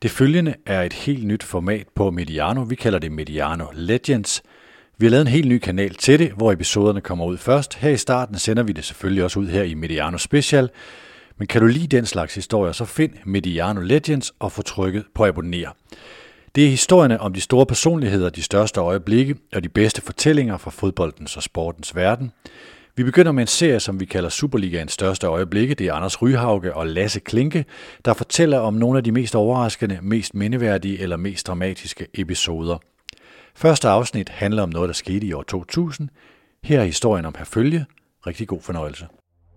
Det følgende er et helt nyt format på Mediano. Vi kalder det Mediano Legends. Vi har lavet en helt ny kanal til det, hvor episoderne kommer ud først. Her i starten sender vi det selvfølgelig også ud her i Mediano Special. Men kan du lide den slags historier, så find Mediano Legends og få trykket på abonner. Det er historierne om de store personligheder, de største øjeblikke og de bedste fortællinger fra fodboldens og sportens verden. Vi begynder med en serie, som vi kalder Superligaens største øjeblikke. Det er Anders Ryhauge og Lasse Klinke, der fortæller om nogle af de mest overraskende, mest mindeværdige eller mest dramatiske episoder. Første afsnit handler om noget, der skete i år 2000. Her er historien om Herfølge. Rigtig god fornøjelse.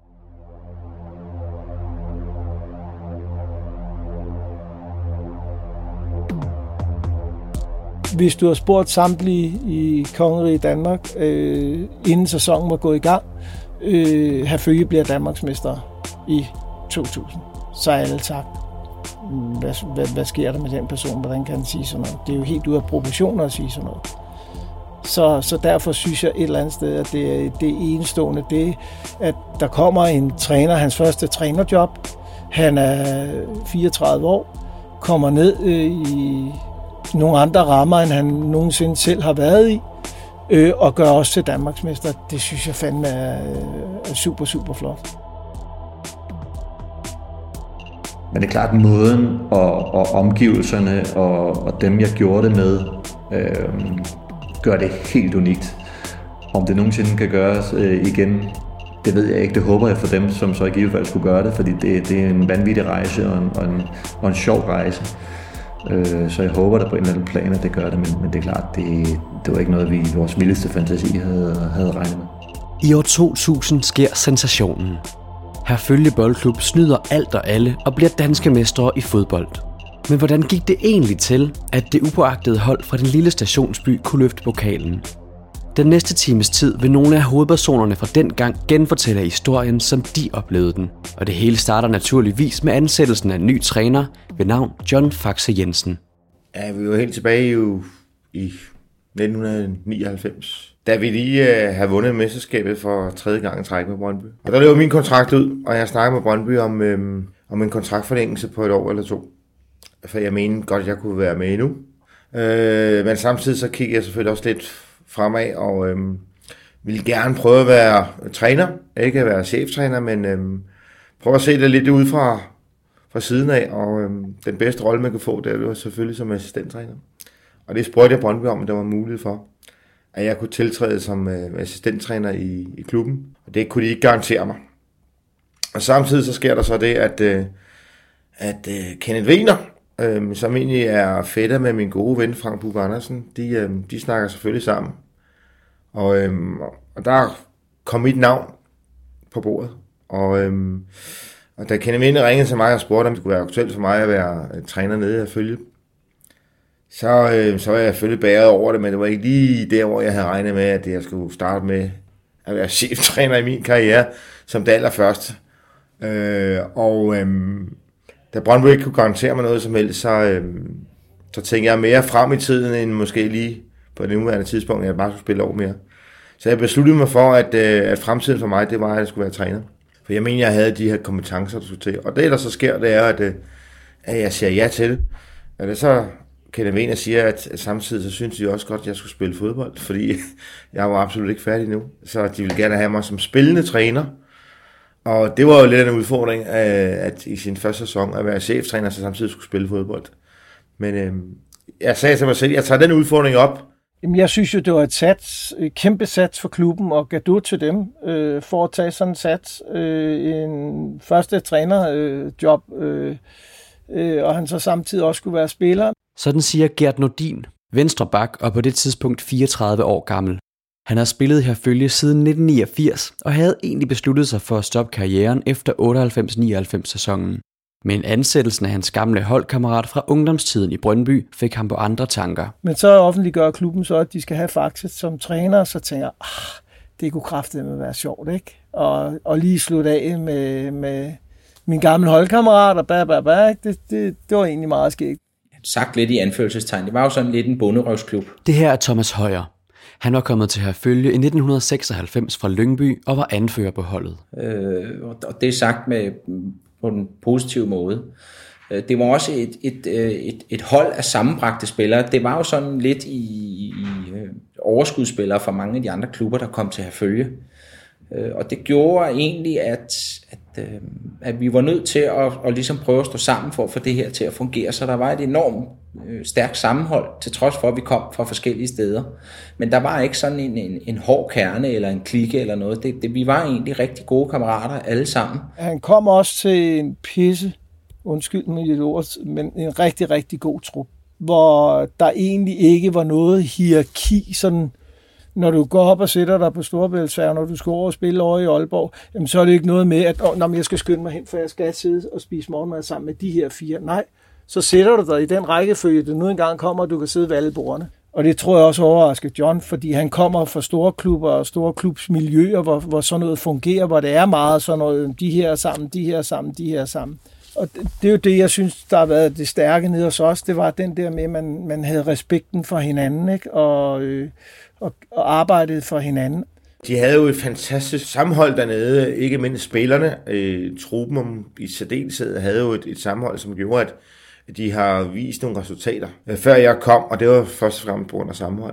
Hvis du har spurgt samtlige i Kongeriget Danmark, inden sæsonen var gået i gang, Herfølge bliver Danmarksmester i 2000. Så er alle sagt, hvad sker der med den person? Hvordan kan han sige sådan noget? Det er jo helt ude af proportioner at sige sådan noget. Så derfor synes jeg et eller andet sted, at det er det enestående, det at der kommer en træner, hans første trænerjob. Han er 34 år, kommer ned i nogle andre rammer, end han nogensinde selv har været i, og gør også til Danmarksmester. Det synes jeg fandme er super, super flot. Men det er klart, måden og omgivelserne og dem, jeg gjorde det med, gør det helt unikt. Om det nogensinde kan gøres igen, det ved jeg ikke. Det håber jeg for dem, som så i givet fald skulle gøre det, fordi det er en vanvittig rejse og en sjov rejse. Så jeg håber, der på en eller anden plan, at det gør det, men det er klart, det var ikke noget, vi i vores vildeste fantasi havde regnet med. I år 2000 sker sensationen. Herfølge Boldklub snyder alt og alle og bliver danske mestre i fodbold. Men hvordan gik det egentlig til, at det upåagtede hold fra den lille stationsby kunne løfte pokalen? Den næste times tid vil nogle af hovedpersonerne fra dengang genfortælle historien, som de oplevede den. Og det hele starter naturligvis med ansættelsen af en ny træner ved navn John Faxe Jensen. Ja, vi var helt tilbage i 1999, da vi lige havde vundet mesterskabet for tredje gang i træk med Brøndby. Og der løb min kontrakt ud, og jeg snakkede med Brøndby om en kontraktforlængelse på et år eller to. For jeg mente godt, at jeg kunne være med endnu. Men samtidig så kiggede jeg selvfølgelig også lidt fremad, og ville gerne prøve at være træner. Ikke at være cheftræner, men prøve at se det lidt ud fra siden af. Og den bedste rolle, man kan få, det var selvfølgelig som assistenttræner. Og det spurgte jeg Brøndby om, at der var mulighed for, at jeg kunne tiltræde som assistenttræner i klubben. Og det kunne de ikke garantere mig. Og samtidig så sker der så det, at Kenneth Wiener, som egentlig er fætter med min gode ven Frank Bugge Andersen, de snakker selvfølgelig sammen. Og der kom mit navn på bordet. Og da Kenneth Wiener ringede til mig og spurgte, om det kunne være aktuelt for mig at være træner nede i Herfølge, så var jeg selvfølgelig bæret over det, men det var ikke lige der, hvor jeg havde regnet med, at jeg skulle starte med at være cheftræner i min karriere, som det allerførste. Da Brøndby ikke kunne garantere mig noget som helst, så tænkte jeg mere frem i tiden, end måske lige på det nuværende tidspunkt, at jeg bare skulle spille over mere. Så jeg besluttede mig for, at fremtiden for mig, det var, at jeg skulle være træner. For jeg mener, jeg havde de her kompetencer, der skulle til. Og det, der så sker, det er, at jeg siger ja til det. Og det så Kenneth Wiener siger, at samtidig så synes de også godt, at jeg skulle spille fodbold, fordi jeg var absolut ikke færdig nu. Så de ville gerne have mig som spillende træner. Og det var jo lidt en udfordring, at i sin første sæson at være cheftræner, så samtidig skulle spille fodbold. Men jeg sagde til mig selv, jeg tager den udfordring op. Jamen, jeg synes jo, det var et kæmpe sats for klubben, og gado til dem for at tage sådan en sats. En første trænerjob, og han så samtidig også skulle være spiller. Sådan siger Gert Nordin, venstre bak og på det tidspunkt 34 år gammel. Han har spillet Herfølge siden 1989 og havde egentlig besluttet sig for at stoppe karrieren efter 98-99 sæsonen. Men ansættelsen af hans gamle holdkammerat fra ungdomstiden i Brøndby fik ham på andre tanker. Men så offentliggør klubben så, at de skal have Faxe som træner, og så tænker jeg, det kunne kraftedeme være sjovt, ikke? Og lige slutte af med min gamle holdkammerat og det var egentlig meget skægt. Sagt lidt i anførselstegn. Det var jo sådan lidt en bonderøvsklub. Det her er Thomas Højer. Han var kommet til Herfølge i 1996 fra Lyngby og var anfører på holdet. Og det er sagt på den positive måde. Det var også et hold af sammenbragte spillere. Det var jo sådan lidt i overskudsspillere fra mange af de andre klubber, der kom til at følge. Og det gjorde egentlig, at vi var nødt til at ligesom prøve at stå sammen for at få det her til at fungere. Så der var et enormt stærkt sammenhold, til trods for, at vi kom fra forskellige steder. Men der var ikke sådan en hård kerne eller en klikke eller noget. Vi var egentlig rigtig gode kammerater alle sammen. Han kom også til en undskyld med et ord, men en rigtig, rigtig god trup, hvor der egentlig ikke var noget hierarki, sådan når du går op og sætter dig på Storebæltsfærgen, når du skal over og spille over i Aalborg, jamen, så er det ikke noget med, at jeg skal skynde mig hen, for jeg skal sidde og spise morgenmad sammen med de her 4. Nej, så sætter du dig i den rækkefølge, der nu engang kommer, og du kan sidde ved alle bordene. Og det tror jeg også overrasker John, fordi han kommer fra store klubber og store klubsmiljøer, hvor sådan noget fungerer, hvor det er meget sådan noget, de her sammen, de her sammen, de her sammen. Og det er jo det, jeg synes, der har været det stærke nede hos os. Det var den der med, at man havde respekten for hinanden, ikke? Og arbejdede for hinanden. De havde jo et fantastisk sammenhold dernede, ikke mindst spillerne. Truppen i særdeleshed havde jo et sammenhold, som gjorde, at de har vist nogle resultater, før jeg kom, og det var først og fremmest på grund af sammenhold.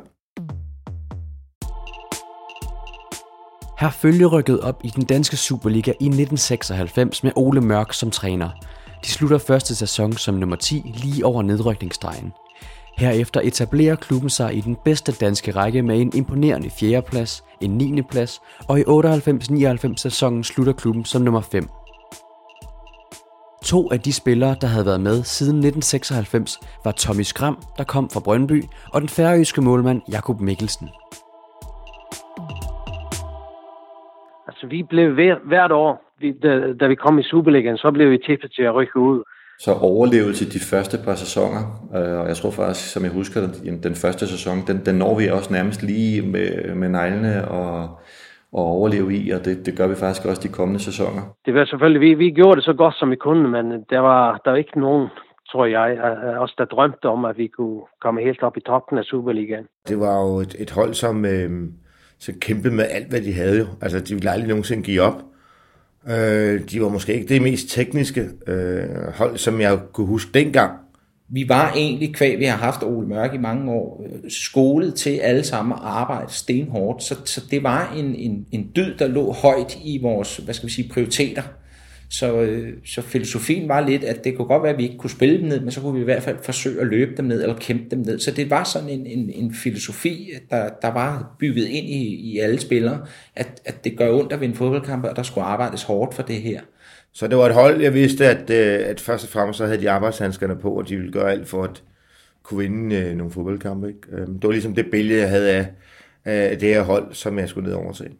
Herfølge rykkede op i den danske Superliga i 1996 med Ole Mørk som træner. De slutter første sæson som nummer 10 lige over nedrykningsstregen. Herefter etablerer klubben sig i den bedste danske række med en imponerende 4. plads, en 9. plads, og i 98-99 sæsonen slutter klubben som nummer 5. 2 af de spillere, der havde været med siden 1996, var Tommy Skram, der kom fra Brøndby, og den færøske målmand Jakob Mikkelsen. Altså vi blev hvert år, da vi kom i Superligaen, så blev vi tippet til at rykke ud. Så overlevelse de første par sæsoner, og jeg tror faktisk, som jeg husker, den første sæson, den når vi også nærmest lige med neglene og overleve i, og det gør vi faktisk også de kommende sæsoner. Det var selvfølgelig, vi gjorde det så godt som vi kunne, men der var ikke nogen, tror jeg, os der drømte om, at vi kunne komme helt op i toppen af Superligaen. Det var jo et hold, som kæmpede med alt, hvad de havde jo. Altså, de ville aldrig nogensinde give op. De var måske ikke det mest tekniske hold, som jeg kunne huske dengang. Vi var egentlig, kvæg vi har haft Ole Mørk i mange år, skolet til alle sammen at arbejde stenhårdt. Så det var en dyd, der lå højt i vores, prioriteter. Så filosofien var lidt, at det kunne godt være, at vi ikke kunne spille dem ned, men så kunne vi i hvert fald forsøge at løbe dem ned, eller kæmpe dem ned. Så det var sådan en filosofi, der var bygget ind i alle spillere, at det gør ondt at vinde fodboldkampe, og der skulle arbejdes hårdt for det her. Så det var et hold, jeg vidste, at først og fremmest så havde de arbejdshandskerne på, og de ville gøre alt for at kunne vinde nogle fodboldkampe. Ikke? Det var ligesom det billede, jeg havde af det her hold, som jeg skulle ned over til.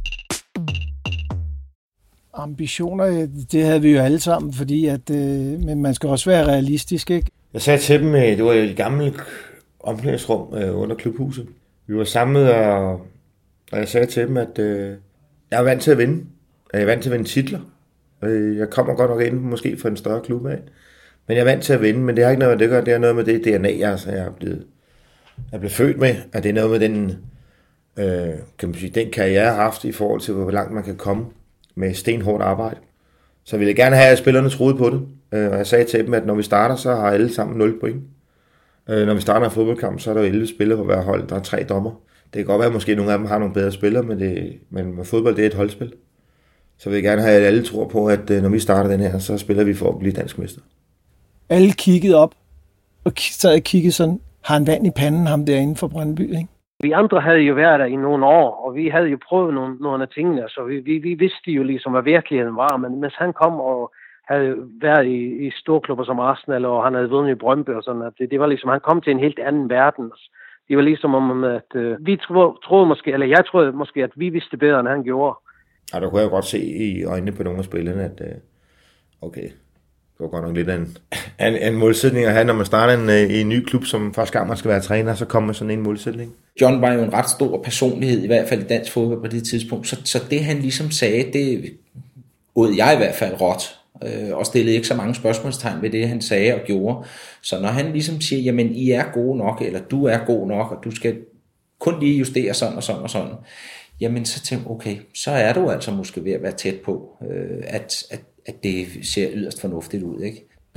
Ambitioner, det havde vi jo alle sammen, fordi men man skal også være realistisk, ikke? Jeg sagde til dem, det var et gammelt omklædningsrum under klubhuset. Vi var samlet, og jeg sagde til dem, at jeg er vant til at vinde. Jeg er vant til at vinde titler. Jeg kommer godt nok ind, måske fra en større klub af. Men jeg er vant til at vinde, men det har ikke noget med det gør. Det er noget med det DNA, jeg er blevet født med. At det er noget med den, kan man sige, den karriere, jeg har haft i forhold til, hvor langt man kan komme med stenhårdt arbejde. Så jeg ville gerne have, at spillerne troede på det. Og jeg sagde til dem, at når vi starter, så har alle sammen 0 point. Når vi starter en fodboldkamp, så er der 11 spillere på hver hold. Der er 3 dommer. Det kan godt være, at måske nogle af dem har nogle bedre spillere, men fodbold, det er et holdspil. Så vil jeg gerne have, at alle tror på, at når vi starter den her, så spiller vi for at blive dansk mester. Alle kiggede op og sad og kiggede sådan, har han vand i panden, ham derinde fra Brøndby, ikke? Vi andre havde jo været der i nogle år, og vi havde jo prøvet nogle af tingene, så vi vidste jo ligesom, hvad virkeligheden var, men mens han kom og havde været i storklubber som Arsenal, og han havde vundet i Brøndby og sådan, at det var ligesom, han kom til en helt anden verden. Det var ligesom om, at vi troede måske, eller jeg troede måske, at vi vidste bedre, end han gjorde. Ja, der kunne jeg godt se i øjnene på nogle af spillerne, at okay, det var godt nok lidt en målsætning at have, når man starter i en ny klub, som første gang man skal være træner, så kommer sådan en målsætning. John var jo en ret stor personlighed, i hvert fald i dansk fodbold på det tidspunkt, så det han ligesom sagde, det ud jeg i hvert fald råt, og stillede ikke så mange spørgsmålstegn ved det, han sagde og gjorde. Så når han ligesom siger, jamen I er gode nok, eller du er god nok, og du skal kun lige justere sådan og sådan og sådan, jamen så tænkte okay, så er du altså måske ved at være tæt på, at det ser yderst fornuftigt ud, ikke?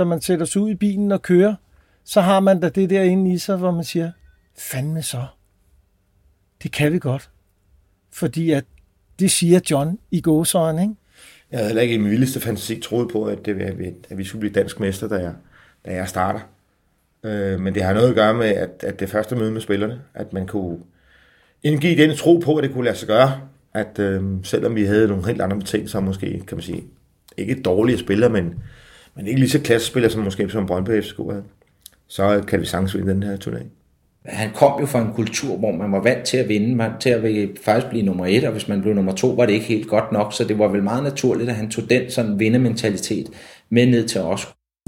når man sætter sig ud i bilen og kører, så har man da det der inde i sig, hvor man siger, fandme så. Det kan vi godt. Fordi at det siger John i gåseøjne, ikke? Jeg havde heller ikke i min vildeste fantasi troet på, at vi skulle blive dansk mester, da jeg starter. Men det har noget at gøre med, at det første møde med spillerne, at man kunne indgive den tro på, at det kunne lade sig gøre. At selvom vi havde nogle helt andre betingelser, måske, kan man sige, ikke dårlige spillere, men ikke lige så klassespillere, som måske som Brøndby FCK havde, så kan vi sagtens vinde den her turnering. Han kom jo fra en kultur, hvor man var vant til at vinde, man til at faktisk blive nummer 1, og hvis man blev nummer 2, var det ikke helt godt nok, så det var vel meget naturligt, at han tog den sådan vindermentalitet med ned til os.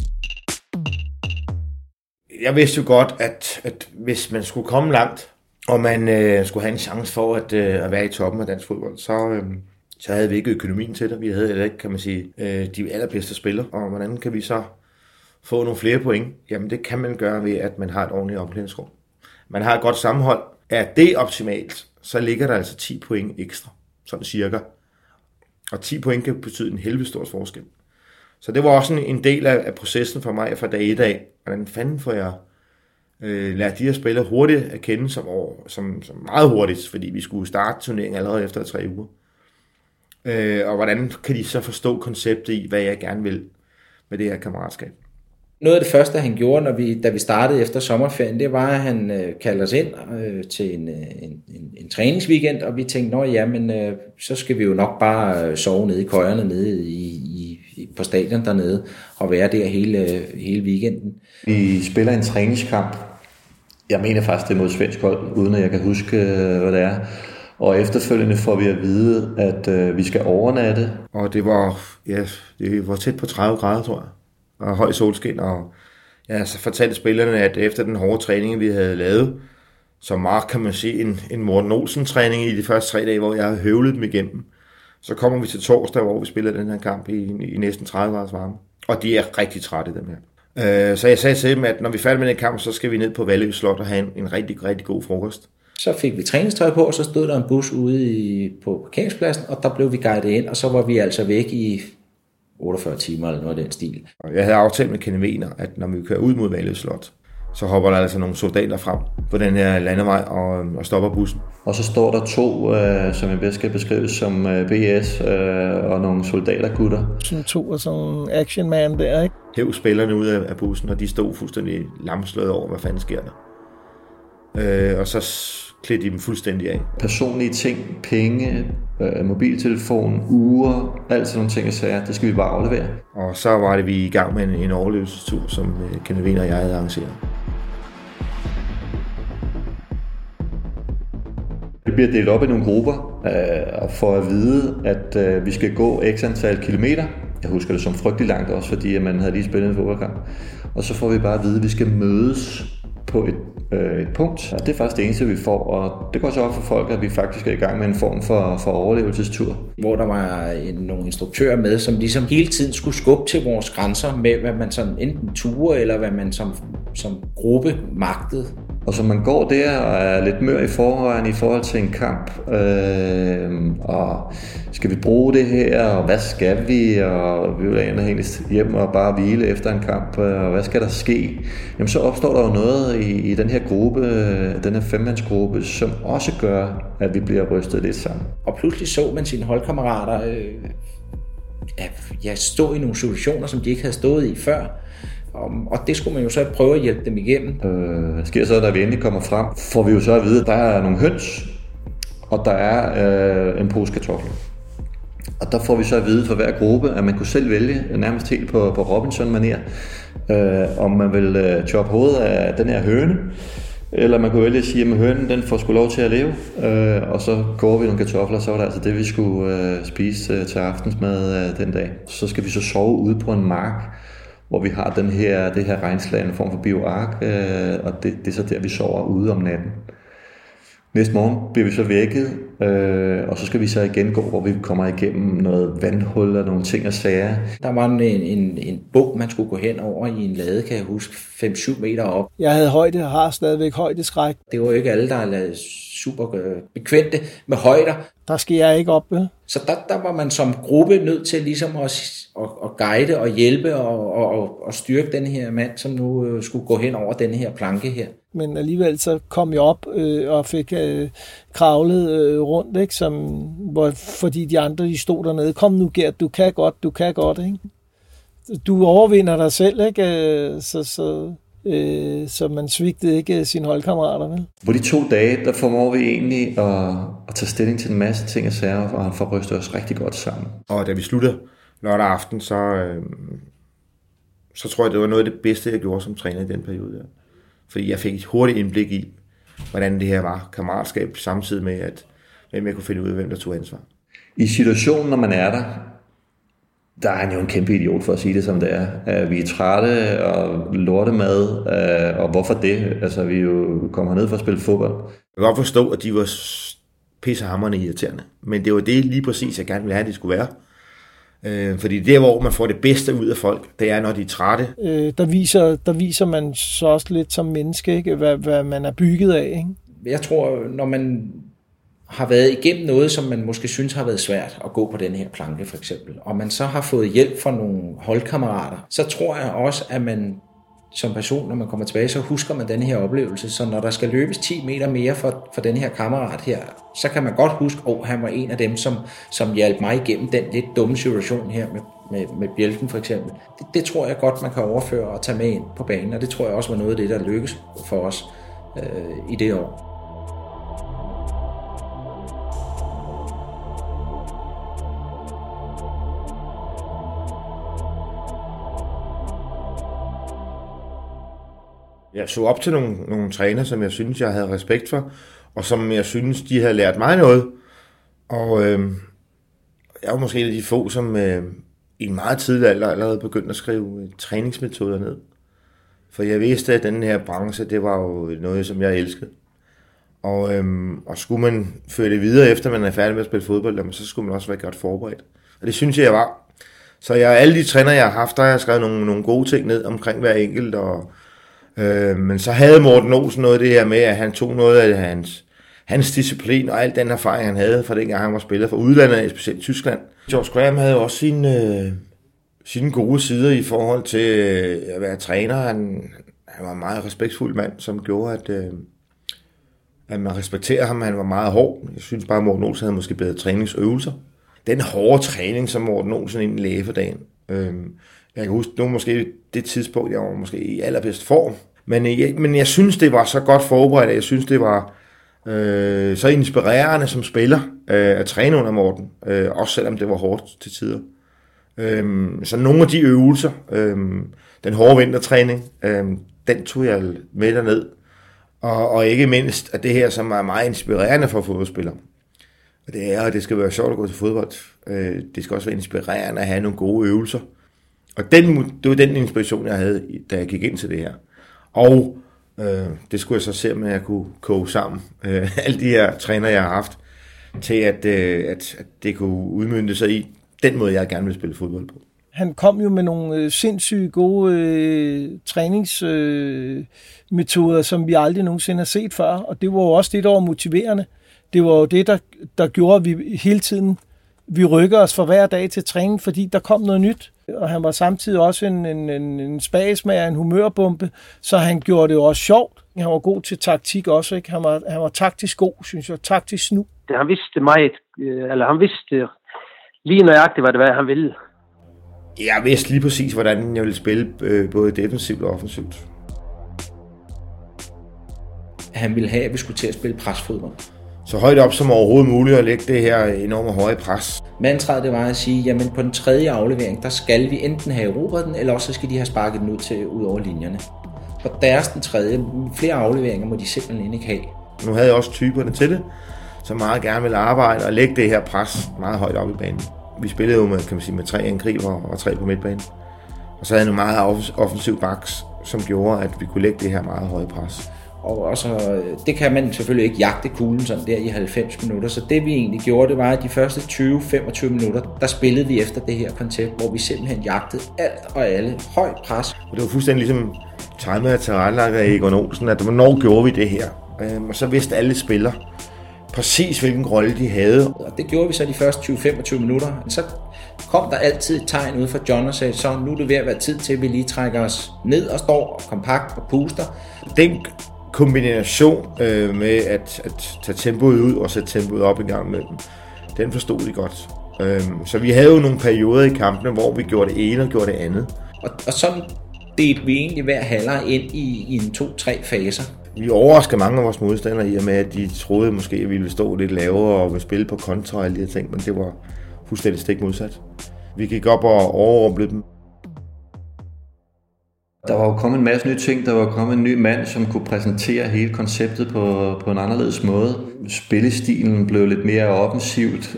Jeg vidste jo godt, at hvis man skulle komme langt, og man skulle have en chance for at være i toppen af dansk fodbold, så havde vi ikke økonomien til det. Vi havde heller ikke, kan man sige, de allerbedste spillere, og hvordan kan vi så få nogle flere point? Jamen det kan man gøre ved, at man har et ordentligt omklædningsrum. Man har et godt sammenhold. Er det optimalt, så ligger der altså 10 point ekstra, sådan cirka. Og 10 point kan betyde en helvede stor forskel. Så det var også en del af processen for mig fra dag 1 af. Hvordan fanden får jeg lært de her spillere hurtigt at kende som meget hurtigt, fordi vi skulle starte turneringen allerede efter 3 uger. Og hvordan kan de så forstå konceptet i, hvad jeg gerne vil med det her kammeratskab? Noget af det første, han gjorde, da vi startede efter sommerferien, det var, at han kaldte os ind til en træningsweekend, og vi tænkte, så skal vi jo nok bare sove nede i køjerne nede på stadion dernede, og være der hele weekenden. Vi spiller en træningskamp. Jeg mener faktisk, det er mod svensk hold, uden at jeg kan huske, hvad det er. Og efterfølgende får vi at vide, at vi skal overnatte. Og det var tæt på 30 grader, tror jeg. Og høj solskin, og så fortalte spillerne, at efter den hårde træning, vi havde lavet, så meget kan man sige, en Morten Olsen-træning i de første 3 dage, hvor jeg havde høvlet dem igennem. Så kommer vi til torsdag, hvor vi spiller den her kamp i næsten 30 graders varme. Og de er rigtig trætte, dem her. Så jeg sagde til dem, at når vi er færdige med den kamp, så skal vi ned på Vallø Slot og have en rigtig, rigtig god frokost. Så fik vi træningstøj på, og så stod der en bus ude på parkeringspladsen, og der blev vi guidet ind, og så var vi altså væk i 48 timer eller noget af den stil. Og jeg havde aftalt med Kenneth Wiener, at når vi kører ud mod Vallø Slot, så hopper der altså nogle soldater frem på den her landevej og stopper bussen. Og så står der 2, som jeg bedst skal beskrives som BS og nogle soldatergutter. Sådan 2 og sådan action man der, ikke? Hæv spillerne ud af bussen, og de stod fuldstændig lamslået over, hvad fanden sker der. Og så klædte de dem fuldstændig af. Personlige ting, penge, mobiltelefon, ure, alt sådan nogle ting og sager, det skal vi bare aflevere. Og så var det vi i gang med en overlevelsestur, som Kenneth Wiener og jeg havde arrangeret. Vi bliver delt op i nogle grupper og får at vide, at vi skal gå x antal kilometer. Jeg husker det som frygtelig langt også, fordi man havde lige spillet en fodboldkamp. Og så får vi bare at vide, at vi skal mødes på et punkt. Og det er faktisk det eneste, vi får, og det går så op for folk, at vi faktisk er i gang med en form for overlevelsestur. Hvor der var nogle instruktører med, som ligesom hele tiden skulle skubbe til vores grænser med, hvad man sådan enten turde, eller hvad man som gruppe magtede. Og så man går der og er lidt mør i forvejen i forhold til en kamp, og skal vi bruge det her, og hvad skal vi, og vi vil egentlig hjem og bare hvile efter en kamp, og hvad skal der ske? Jamen så opstår der jo noget i den her gruppe, den her 5-mandsgruppe, som også gør, at vi bliver rystet lidt sammen. Og pludselig så man sine holdkammerater stå i nogle situationer, som de ikke havde stået i før. Og det skulle man jo så prøve at hjælpe dem igennem. Hvad sker så, da vi endelig kommer frem? Får vi jo så at vide, at der er nogle høns, og der er en pose kartofler. Og der får vi så at vide for hver gruppe, at man kunne selv vælge, nærmest helt på Robinson-manér, om man vil choppe hovedet af den her høne, eller man kunne vælge at sige, at hønen den får sgu lov til at leve, og så går vi nogle kartofler, så var det altså det, vi skulle spise til aftensmad den dag. Så skal vi så sove ude på en mark, hvor vi har det her regnslag, en form for bioark, og det er så der, vi sover ude om natten. Næste morgen bliver vi så vækket, og så skal vi så igen gå, hvor vi kommer igennem noget vandhul og nogle ting og sager. Der var en bog, man skulle gå hen over i en lade, kan jeg huske, 5-7 meter op. Jeg havde højde og har stadigvæk højdeskræk. Det var jo ikke alle, der super bekvemte med højder. Der skal jeg ikke op, vel? Så der var man som gruppe nødt til ligesom at guide og hjælpe og styrke den her mand, som nu skulle gå hen over den her planke her. Men alligevel så kom jeg op og fik kravlet rundt, ikke? Fordi de andre de stod dernede. Kom nu, Gert, du kan godt, ikke? Du overvinder dig selv, ikke? Så man svigtede ikke sine holdkammerater, vel? På de 2 dage, der formår vi egentlig at tage stilling til en masse ting og sager, og han får rystet os rigtig godt sammen. Og da vi slutter lørdag aften, så tror jeg, det var noget af det bedste, jeg gjorde som træner i den periode. Ja. Fordi jeg fik et hurtigt indblik i, hvordan det her var kammeratskab, samtidig med, at jeg kunne finde ud af, hvem der tog ansvar. I situationen, når man er der er han jo en kæmpe idiot for at sige det, som det er. Vi er trætte og lortemad, og hvorfor det? Altså, vi jo kommer ned for at spille fodbold. Jeg kan godt forstå, at de var pissehamrende irriterende, men det var det lige præcis, jeg gerne ville have, at de skulle være. Fordi det, hvor man får det bedste ud af folk, det er, når de er trætte. Der viser man så også lidt som menneske, ikke? Hvad man er bygget af, ikke? Jeg tror, når man har været igennem noget, som man måske synes har været svært at gå på den her planke for eksempel, og man så har fået hjælp fra nogle holdkammerater, så tror jeg også, at man som person, når man kommer tilbage, så husker man den her oplevelse. Så når der skal løbes 10 meter mere for den her kammerat her, så kan man godt huske, han var en af dem, som hjalp mig igennem den lidt dumme situation her med bjælken for eksempel. Det tror jeg godt, man kan overføre og tage med ind på banen, og det tror jeg også var noget af det, der lykkes for os i det år. Jeg så op til nogle træner, som jeg synes, jeg havde respekt for, og som jeg synes, de havde lært mig noget. Og jeg var måske en af de få, som i en meget tidlig alder allerede begyndte at skrive træningsmetoder ned. For jeg vidste, at den her branche, det var jo noget, som jeg elskede. Og skulle man føre det videre, efter man er færdig med at spille fodbold, så skulle man også være godt forberedt. Og det synes jeg var. Så alle de træner, jeg har haft, der har jeg skrevet nogle gode ting ned omkring hver enkelt, men så havde Morten Olsen noget af det her med, at han tog noget af hans disciplin og al den erfaring, han havde fra dengang, han var spiller for udlandet, specielt Tyskland. George Graham havde også sine gode sider i forhold til at være træner. Han var en meget respektfuld mand, som gjorde, at man respekterer ham. Han var meget hård. Jeg synes bare, at Morten Olsen havde måske bedre træningsøvelser. Den hårde træning, som Morten Olsen egentlig lagde for dagen. Jeg kan huske, nu måske det tidspunkt, jeg var måske i allerbedst form. Men jeg synes, det var så godt forberedt, jeg synes, det var så inspirerende som spiller at træne under Morten. Også selvom det var hårdt til tider. Så nogle af de øvelser, den hårde vintertræning, den tog jeg med derned. Og ikke mindst, at det her, som er meget inspirerende for fodboldspillere. Og det er, at det skal være sjovt at gå til fodbold. Det skal også være inspirerende at have nogle gode øvelser. Og det var den inspiration, jeg havde, da jeg gik ind til det her. Og det skulle jeg så se, om jeg kunne koge sammen. Alle de her træner, jeg har haft, til at det kunne udmønte sig i den måde, jeg gerne vil spille fodbold på. Han kom jo med nogle sindssygt gode træningsmetoder, som vi aldrig nogensinde har set før. Og det var jo også det, der var motiverende. Det var jo det, der gjorde, at vi hele tiden vi rykker os fra hver dag til træning, fordi der kom noget nyt. Og han var samtidig også en spagesmager, en humørbombe, så han gjorde det jo også sjovt. Han var god til taktik også, ikke? Han var taktisk god, synes jeg, taktisk snu. Han vidste meget, eller han vidste lige nøjagtigt, hvad det var, han ville. Jeg vidste lige præcis, hvordan jeg ville spille både defensivt og offensivt. Han ville have, at vi skulle til at spille presfodbold. Så højt op som overhovedet muligt at lægge det her enorme høje pres. Mantraet det var at sige, jamen på den tredje aflevering, der skal vi enten have erobret den, eller også skal de have sparket den ud over linjerne. Og deres den tredje, flere afleveringer må de simpelthen ikke have. Nu havde jeg også typerne til det, som meget gerne ville arbejde og lægge det her pres meget højt op i banen. Vi spillede jo med 3 angriber og 3 på midtbanen. Og så havde jeg nogle meget offensiv backs, som gjorde, at vi kunne lægge det her meget høje pres. Og også, det kan man selvfølgelig ikke jagte kuglen sådan der i 90 minutter, så det vi egentlig gjorde, det var, at de første 20-25 minutter, der spillede vi efter det her koncept, hvor vi simpelthen jagtede alt og alle, højt pres. Og det var fuldstændig ligesom timet af tilrettelagt af Egon Olsen, at hvornår gjorde vi det her? Og så vidste alle spillere, præcis hvilken rolle de havde. Og det gjorde vi så de første 20-25 minutter. Så kom der altid et tegn ud fra John og sagde, så nu er det ved at være tid til, at vi lige trækker os ned og står kompakt og puster. Den kombination med at tage tempoet ud og sætte tempoet op en gang imellem, den forstod de godt. Så vi havde jo nogle perioder i kampene, hvor vi gjorde det ene og gjorde det andet. Og sådan delte vi egentlig hver halvleg ind i en 2-3 faser. Vi overraskede mange af vores modstandere i og med, at de troede måske, at vi ville stå lidt lavere og ville spille på kontra og alle de her ting, men det var fuldstændig stik modsat. Vi gik op og overrumplede dem. Der var jo kommet en masse nye ting. Der var kommet en ny mand, som kunne præsentere hele konceptet på en anderledes måde. Spillestilen blev lidt mere offensivt.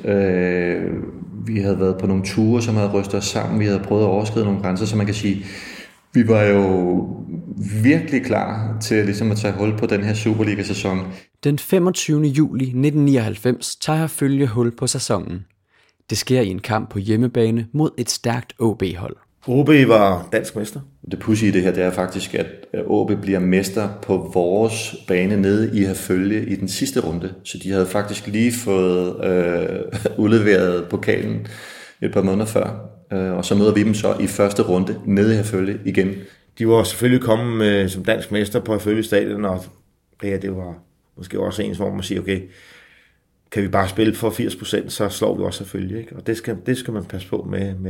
Vi havde været på nogle ture, som havde rystet os sammen. Vi havde prøvet at overskride nogle grænser, så man kan sige, vi var jo virkelig klar til ligesom at tage hul på den her Superliga-sæson. Den 25. juli 1999 tager Herfølge hul på sæsonen. Det sker i en kamp på hjemmebane mod et stærkt AaB-hold. AaB var dansk mester. Det pudsige i det her, det er faktisk, at AaB bliver mester på vores bane nede i Herfølge i den sidste runde. Så de havde faktisk lige fået udleveret pokalen et par måneder før. Og så møder vi dem så i første runde nede i Herfølge igen. De var selvfølgelig kommet som dansk mester på Herfølge Stadion, og det var måske også en, hvor man siger, okay, kan vi bare spille for 80%, så slår vi også Herfølge, ikke? Og det skal man passe på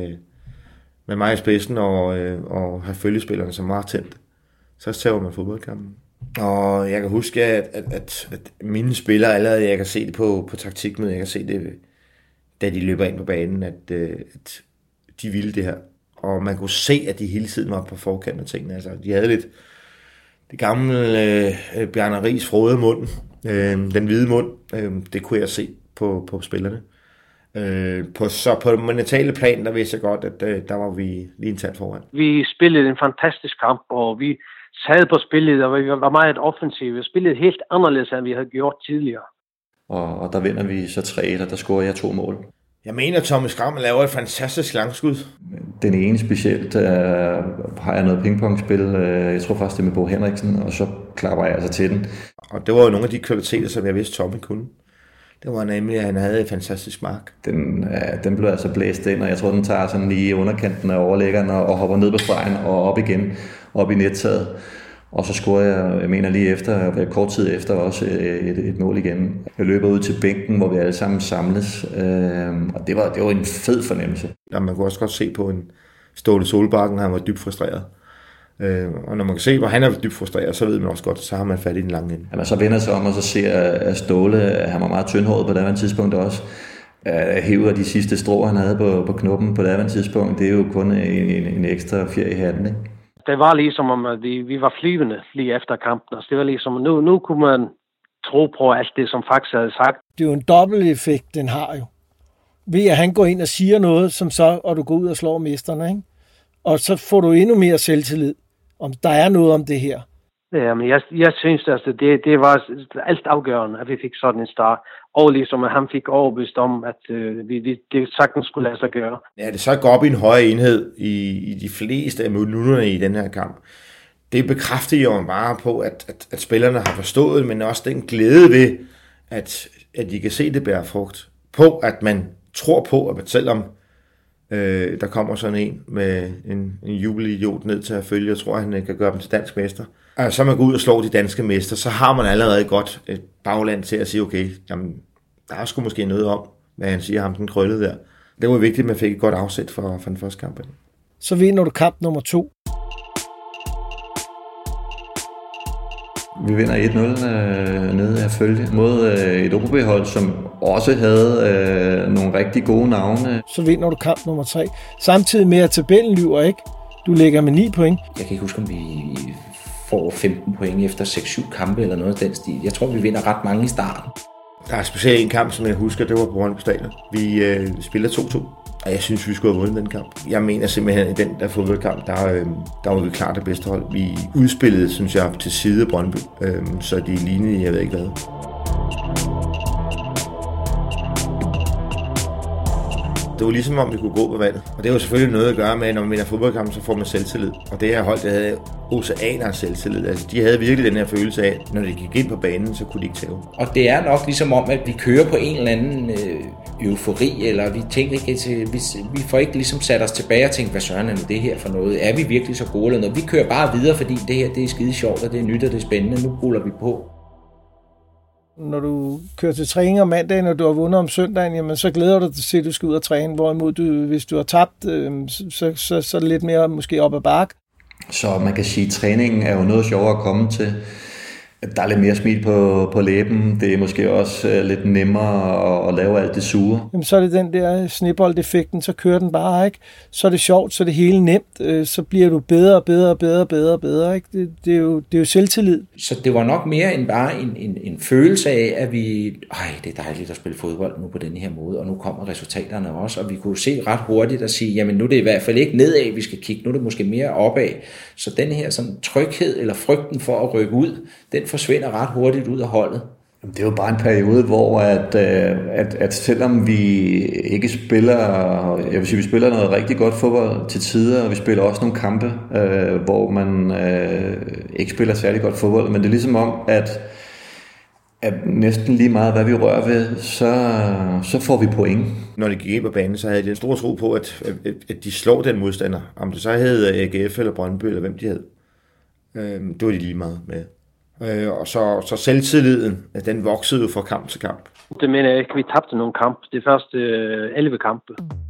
med mig i spidsen og Herfølge-spillerne, som var tændt. Så tager man fodboldkampen. Og jeg kan huske, at mine spillere allerede, jeg kan se det på taktikmødet, jeg kan se det, da de løber ind på banen, at de ville det her. Og man kunne se, at de hele tiden var på forkant af tingene. Altså, de havde lidt det gamle Bjarne Riis frode mund, den hvide mund, det kunne jeg se på spillerne. Så på den mentale plan, der vidste jeg godt, at der var vi lige en tand foran. Vi spillede en fantastisk kamp, og vi sad på spillet, og vi var meget offensive. Vi spillede helt anderledes, end vi havde gjort tidligere. Og der vinder vi så 3-1, og der scorer jeg 2 mål. Jeg mener, Thomas Skram laver et fantastisk langskud. Den ene specielt har jeg noget pingpongspil. Jeg tror faktisk, det er med Bo Henriksen, og så klapper jeg altså til den. Og det var jo nogle af de kvaliteter, som jeg vidste, Tommy kunne. Det var nemlig, at han havde et fantastisk mark. Den blev altså blæst ind, og jeg tror, den tager sådan lige underkanten af overlæggeren og hopper ned på stregen og op igen, op i nettaget. Og så scorer jeg mener lige efter, kort tid efter også et mål igen. Jeg løber ud til bænken, hvor vi alle sammen samles, og det var en fed fornemmelse. Ja, man kunne også godt se på en Ståle Solbakken, han var dybt frustreret. Og når man kan se, hvor han er dybt frustreret, så ved man også godt, så har man fat i den lange ende. Ja, man så vender sig om, og så ser at Ståle, han var meget tyndhåret på det andet tidspunkt også, hæver de sidste strå, han havde på knoppen på det andet tidspunkt. Det er jo kun en ekstra fjer i hatten, ikke? Det var ligesom, om at vi var flyvende lige efter kampen. Altså, det var ligesom, nu kunne man tro på alt det, som faktisk havde sagt. Det er jo en dobbelt effekt, den har jo. Ved at han går ind og siger noget, som så, og du går ud og slår mesterne, ikke? Og så får du endnu mere selvtillid, om der er noget om det her. Ja, men jeg synes, altså, det var alt afgørende, at vi fik sådan en start. Og ligesom at han fik overbevist om, at det sagtens skulle lade sig gøre. Ja, det så går op i en højere enhed i de fleste af minutterne i den her kamp. Det bekræfter jo bare på, at spillerne har forstået, men også den glæde ved, at de kan se det bære frugt. På, at man tror på, at selvom der kommer sådan en med en jubelidiot ned til at følge, jeg tror, han kan gøre dem til dansk mester. Så man går ud og slår de danske mester, så har man allerede godt et bagland til at sige, okay, jamen, der er sgu måske noget om, hvad han siger, ham den krøllede der. Det var vigtigt, at man fik et godt afsæt for den første kamp. Så vinder du kamp nummer 2. Vi vinder 1-0 nede af Følge mod et OB-hold, som også havde nogle rigtig gode navne. Så vinder du kamp nummer 3. Samtidig med at tabellen lyver, ikke? Du ligger med 9 point. Jeg kan ikke huske, om vi får 15 point efter 6-7 kampe eller noget af den stil. Jeg tror, vi vinder ret mange i starten. Der er specielt en kamp, som jeg husker, det var på Brøndby Stadion. Vi spiller 2-2, og jeg synes, vi skulle have vundet den kamp. Jeg mener simpelthen, at i den der fodboldkamp, der var vi klart det bedste hold. Vi udspillede, synes jeg, til side Brøndby, så de lignede, jeg ved ikke hvad. Det var ligesom om, vi kunne gå på vandet. Og det var selvfølgelig noget at gøre med, at når man vinder fodboldkamp, så får man selvtillid. Og det her hold, det havde oceaner af selvtillid. Altså, de havde virkelig den her følelse af, at når de gik ind på banen, så kunne de ikke tæve. Og det er nok ligesom om, at vi kører på en eller anden eufori, eller vi tænker ikke, vi får ikke ligesom sat os tilbage og tænkt, hvad søren er det her for noget? Er vi virkelig så gode eller noget? Vi kører bare videre, fordi det her, det er skide sjovt, og det er nyt, og det er spændende. Nu ruller vi på. Når du kører til træning om mandagen, og du har vundet om søndagen, jamen, så glæder du dig til, at du skal ud og træne. Hvorimod, hvis du har tabt, så er det lidt mere måske op ad bakke. Så man kan sige, at træningen er jo noget sjovere at komme til. Der er lidt mere smil på læben. Det er måske også lidt nemmere at lave alt det sure. Jamen, så er det den der snebold-effekten, så kører den bare, ikke? Så er det sjovt, så er det hele nemt. Så bliver du bedre og bedre, ikke? Det er jo selvtillid. Så det var nok mere end bare en følelse af, at det er dejligt at spille fodbold nu på denne her måde, og nu kommer resultaterne også, og vi kunne se ret hurtigt at sige, jamen nu er det i hvert fald ikke nedad, vi skal kigge, nu er det måske mere opad. Så den her sådan tryghed eller frygten for at rykke ud, den forsvinder ret hurtigt ud af holdet. Det er jo bare en periode, hvor at selvom vi ikke spiller, jeg vil sige, vi spiller noget rigtig godt fodbold til tider, og vi spiller også nogle kampe, hvor man ikke spiller særlig godt fodbold, men det er ligesom om, at næsten lige meget, hvad vi rører ved, så får vi point. Når de gik ind på banen, så havde de en stor tro på, at de slår den modstander. Om det så hed AGF eller Brøndby, eller hvem de hed. Det var de lige meget med. Og så selvtilliden, den voksede jo fra kamp til kamp. Det mener jeg ikke, vi tabte nogle kampe. Det første 11 kampe.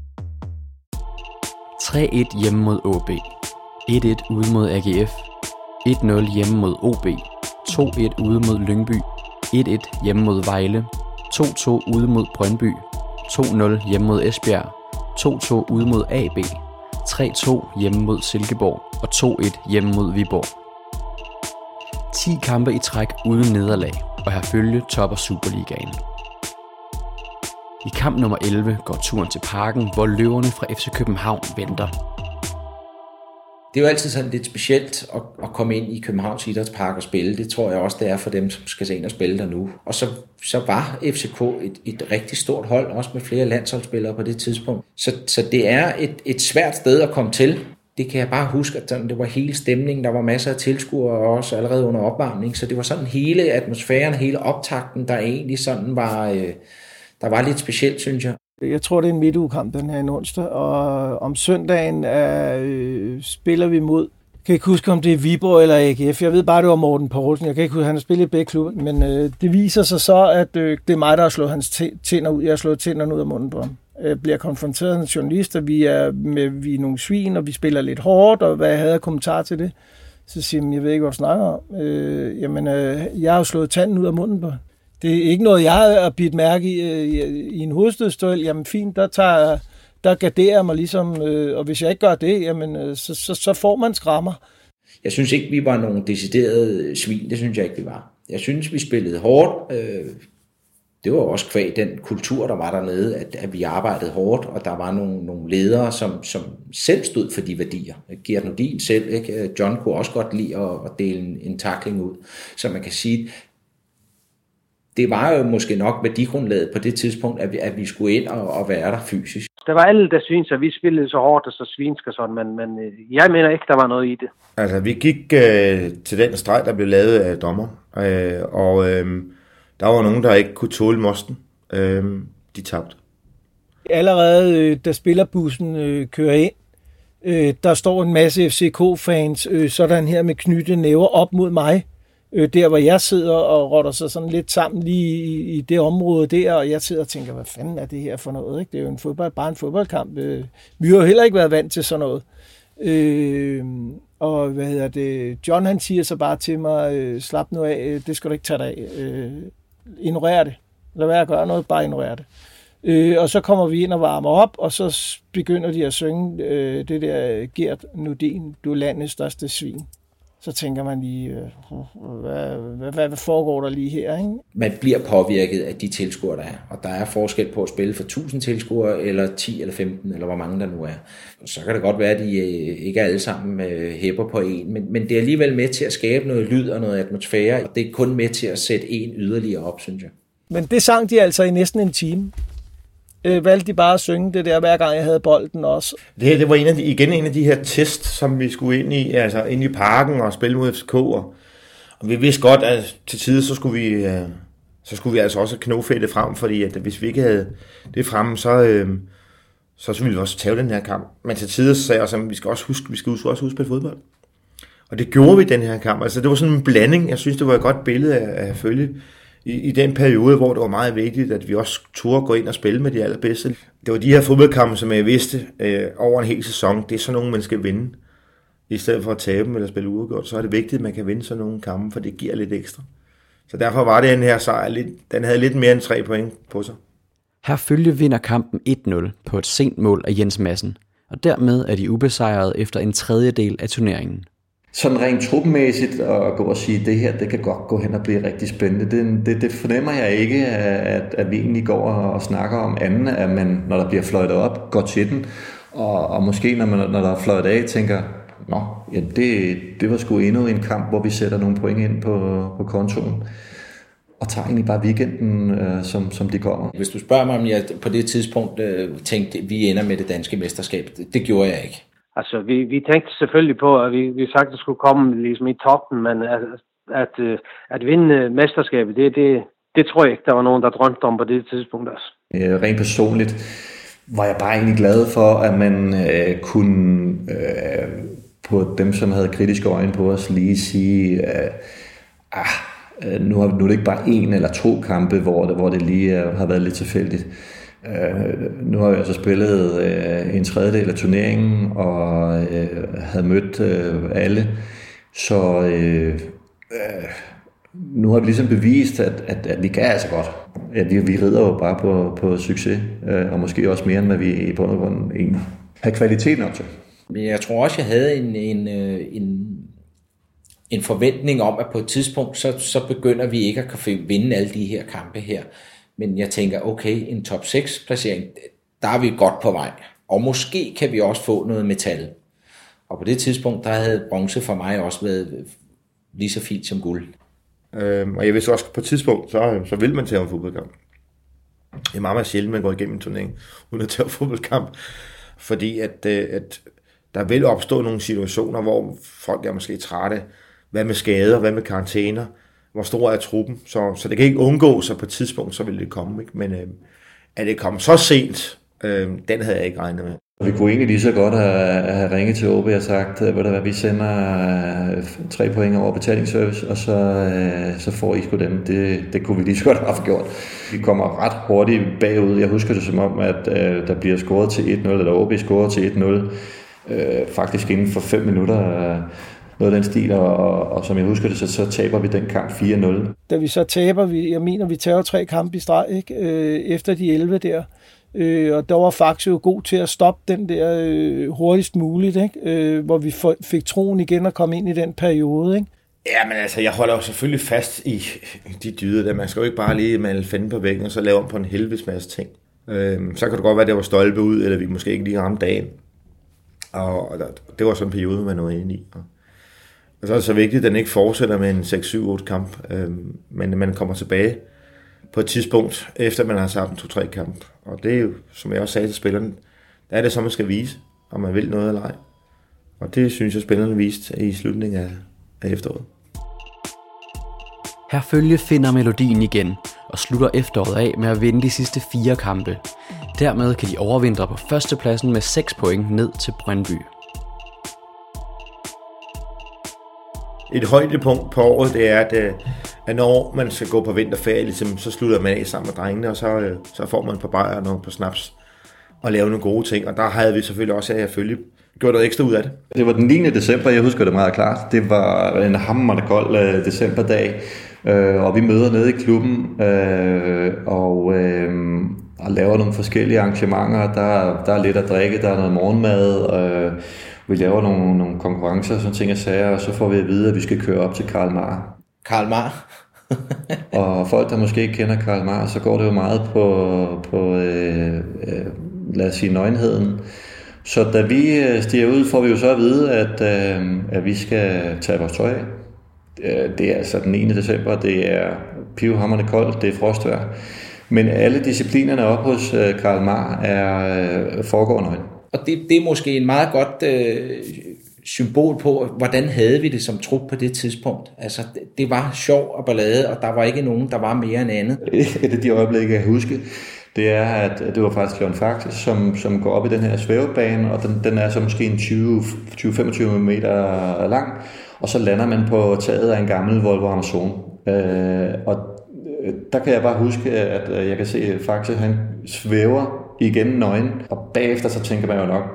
3-1 hjemme mod AB. 1-1 ude mod AGF. 1-0 hjemme mod OB. 2-1 ude mod Lyngby. 1-1 hjemme mod Vejle. 2-2 ude mod Brøndby. 2-0 hjemme mod Esbjerg. 2-2 ude mod AB. 3-2 hjemme mod Silkeborg. Og 2-1 hjemme mod Viborg. 10 kampe i træk uden nederlag, og Herfølge topper Superligaen. I kamp nummer 11 går turen til Parken, hvor løverne fra FC København venter. Det er jo altid sådan lidt specielt at komme ind i Københavns Idrætspark og spille. Det tror jeg også, det er for dem, som skal se ind og spille der nu. Og så var FCK et rigtig stort hold, også med flere landsholdsspillere på det tidspunkt. Så det er et svært sted at komme til. Det kan jeg bare huske, at det var hele stemningen, der var masser af tilskuere også allerede under opvarmning, så det var sådan hele atmosfæren, hele optakten, der egentlig sådan var, der var lidt specielt, synes jeg. Jeg tror, det er en midtugekamp, den her i onsdag, og om søndagen spiller vi mod, jeg kan ikke huske, om det er Viborg eller AGF, jeg ved bare, det var Morten Poulsen, jeg kan ikke huske, han har spillet i begge klubber, men det viser sig så, at det er mig, der har slået hans tænder ud, jeg har slået tænderne ud af munden på ham. Bliver konfronteret af en journalist, og vi er nogle svin, og vi spiller lidt hårdt, og hvad jeg havde af kommentar til det. Så siger jeg, jeg ved ikke, hvad du snakker om. Jeg har jo slået tanden ud af munden på. Det er ikke noget, jeg har bidt mærke i en hovedstødstøl. Jamen fint, der garderer mig ligesom, og hvis jeg ikke gør det, jamen, så får man skrammer. Jeg synes ikke, vi var nogle deciderede svin, det synes jeg ikke, vi var. Jeg synes, vi spillede hårdt. Det var også kvæg den kultur, der var dernede, at vi arbejdede hårdt, og der var nogle ledere, som selv stod for de værdier. Gert Nordin selv, ikke? John kunne også godt lide at dele en tackling ud. Så man kan sige, det var jo måske nok værdigrundlaget på det tidspunkt, at vi skulle ind og være der fysisk. Der var alle, der synes, at vi spillede så hårdt og så svinsk og sådan, men jeg mener ikke, der var noget i det. Altså, vi gik til den streg, der blev lavet af dommer, og der var nogen, der ikke kunne tåle mosten. De tabte. Allerede da spillerbussen kører ind, der står en masse FCK-fans sådan her med knyttede næver op mod mig. Der, hvor jeg sidder og rotter sig sådan lidt sammen lige i det område der, og jeg sidder og tænker, hvad fanden er det her for noget? Ikke? Det er jo bare en fodboldkamp. Vi har jo heller ikke været vant til sådan noget. Og John han siger så bare til mig, slap nu af, det skal du ikke tage dig af. Ignorer det. Lad være at gøre noget, bare ignorer det. Og så kommer vi ind og varmer op, og så begynder de at synge det der Gert Nordin, du er landets største svin. Så tænker man lige, hvad foregår der lige her? Ikke? Man bliver påvirket af de tilskuere, der er. Og der er forskel på at spille for 1000 tilskuere, eller 10 eller 15, eller hvor mange der nu er. Så kan det godt være, at de ikke alle sammen hæpper på en. Men det er alligevel med til at skabe noget lyd og noget atmosfære. Og det er kun med til at sætte en yderligere op, synes jeg. Men det sang de altså i næsten en time. valgte de bare at synge det der, hver gang jeg havde bolden også. Det var en af de her test, som vi skulle ind i, altså ind i parken og spille mod FCK. Og vi vidste godt, at til tider, så skulle vi altså også knofætte det frem, fordi at hvis vi ikke havde det fremme, så ville vi også tage den her kamp. Men til tider så sagde jeg også, at vi skal også huske at spille fodbold. Og det gjorde vi den her kamp. Altså det var sådan en blanding. Jeg synes, det var et godt billede at følge i den periode, hvor det var meget vigtigt, at vi også turde gå ind og spille med de allerbedste. Det var de her fodboldkampe, som jeg vidste over en hel sæson. Det er sådan nogle, man skal vinde. I stedet for at tabe dem eller spille uafgjort, så er det vigtigt, at man kan vinde sådan nogle kampe, for det giver lidt ekstra. Så derfor var det den her sejr, den havde lidt mere end 3 point på sig. Herfølge vinder kampen 1-0 på et sent mål af Jens Madsen, og dermed er de ubesejrede efter en tredjedel af turneringen. Sådan rent trupmæssigt at gå og sige, det her, det kan godt gå hen og blive rigtig spændende. Det fornemmer jeg ikke, at vi egentlig går og snakker om anden, at man, når der bliver fløjtet op, går til den, og måske når der er fløjtet af, tænker, ja, det var sgu endnu en kamp, hvor vi sætter nogle point ind på kontoen, og tager egentlig bare weekenden, som de kommer. Hvis du spørger mig, om jeg på det tidspunkt tænkte, at vi ender med det danske mesterskab, det gjorde jeg ikke. Altså, vi tænkte selvfølgelig på, at vi sagtens skulle komme ligesom i toppen, men at vinde mesterskabet, det tror jeg ikke, der var nogen, der drømte om på det tidspunkt også. Rent personligt var jeg bare egentlig glad for, at man kunne på dem, som havde kritiske øjne på os, lige sige, nu er det ikke bare 1 eller 2 kampe, hvor det lige har været lidt tilfældigt. Nu har jeg altså spillet en tredjedel af turneringen og havde mødt alle, så nu har vi ligesom bevist, at vi kan altså godt. At vi rider jo bare på succes, og måske også mere, end hvad vi i bund og grund egentlig har kvalitet nok til. Men jeg tror også, jeg havde en forventning om, at på et tidspunkt, så begynder vi ikke at kunne vinde alle de her kampe her. Men jeg tænker, okay, en top 6 placering, der er vi godt på vej. Og måske kan vi også få noget metal. Og på det tidspunkt, der havde bronze for mig også været lige så fint som guld. Og jeg vidste også, på et tidspunkt, så vil man tage en fodboldkamp. Det er meget sjældent, man går igennem en turnering uden at tage en fodboldkamp. Fordi at der vil opstå nogle situationer, hvor folk er måske trætte. Hvad med skader, hvad med karantæner? Hvor stor er truppen? Så det kan ikke undgå sig på et tidspunkt, så vil det komme. Ikke? Men at det kom så sent, den havde jeg ikke regnet med. Vi kunne egentlig lige så godt have ringet til OB og sagt, vi sender 3 point over betalingsservice, og så får I sgu dem. Det kunne vi lige så godt have gjort. Vi kommer ret hurtigt bagud. Jeg husker det som om, at der bliver scoret til 1-0, eller OB scorer til 1-0, faktisk inden for 5 minutter. Noget af den stil, og som jeg husker det, så taber vi den kamp 4-0. Da vi så taber, vi tager 3 kampe i streg, ikke? Efter de 11 der. Og der var faktisk jo god til at stoppe den der hurtigst muligt, ikke? Hvor vi fik troen igen at komme ind i den periode, ikke? Ja, men altså, jeg holder jo selvfølgelig fast i de dyder der. Man skal jo ikke bare lige male fanden på væggen, og så lave om på en helvedes masse ting. Så kan det godt være, at det var stolpe ud, eller vi måske ikke lige ramte dagen. Og det var sådan en periode, man nåede ind i. Og så er det så vigtigt, at den ikke fortsætter med en 6-7-8 kamp, men man kommer tilbage på et tidspunkt, efter man har sagt en 2-3 kamp. Og det er jo, som jeg også sagde til spillerne, der er det så, man skal vise, om man vil noget eller ej. Og det synes jeg, spillerne viste i slutningen af efteråret. Herfølge finder melodien igen og slutter efteråret af med at vinde de sidste 4 kampe. Dermed kan de overvintre på førstepladsen med 6 point ned til Brøndby. Et højdepunkt på året, det er, at når man skal gå på vinterferie, ligesom, så slutter man af sammen med drengene, og så får man på bajer og på snaps og lave nogle gode ting. Og der havde vi selvfølgelig også, at Herfølge gjort noget ekstra ud af det. Det var den 9. december, jeg husker det meget klart. Det var en hammerende kold decemberdag, og vi møder nede i klubben og laver nogle forskellige arrangementer. Der er lidt at drikke, der er noget morgenmad, vi laver nogle konkurrencer, sådan ting og sager, og så får vi at vide, at vi skal køre op til Karl Marr. Karl Marr? Og folk, der måske ikke kender Karl Marr, så går det jo meget på lad os sige, nøgenheden. Så da vi stiger ud, får vi jo så at vide, at vi skal tage vores tøj af. Det er altså den 9. december, det er pivhamrende koldt, det er frostvejr. Men alle disciplinerne op hos Karl Marr foregår nøgen. Og det er måske en meget godt symbol på, hvordan havde vi det som trup på det tidspunkt. Altså, det var sjov og ballade, og der var ikke nogen, der var mere end andet. Et af de øjeblikke, jeg kan huske, det er, at det var faktisk John Faxe, som går op i den her svævebane, og den er så måske en 20-25 meter lang, og så lander man på taget af en gammel Volvo Amazon. Og der kan jeg bare huske, at jeg kan se, at Faxe han svæver igen nøgen, og bagefter så tænker man jo nok,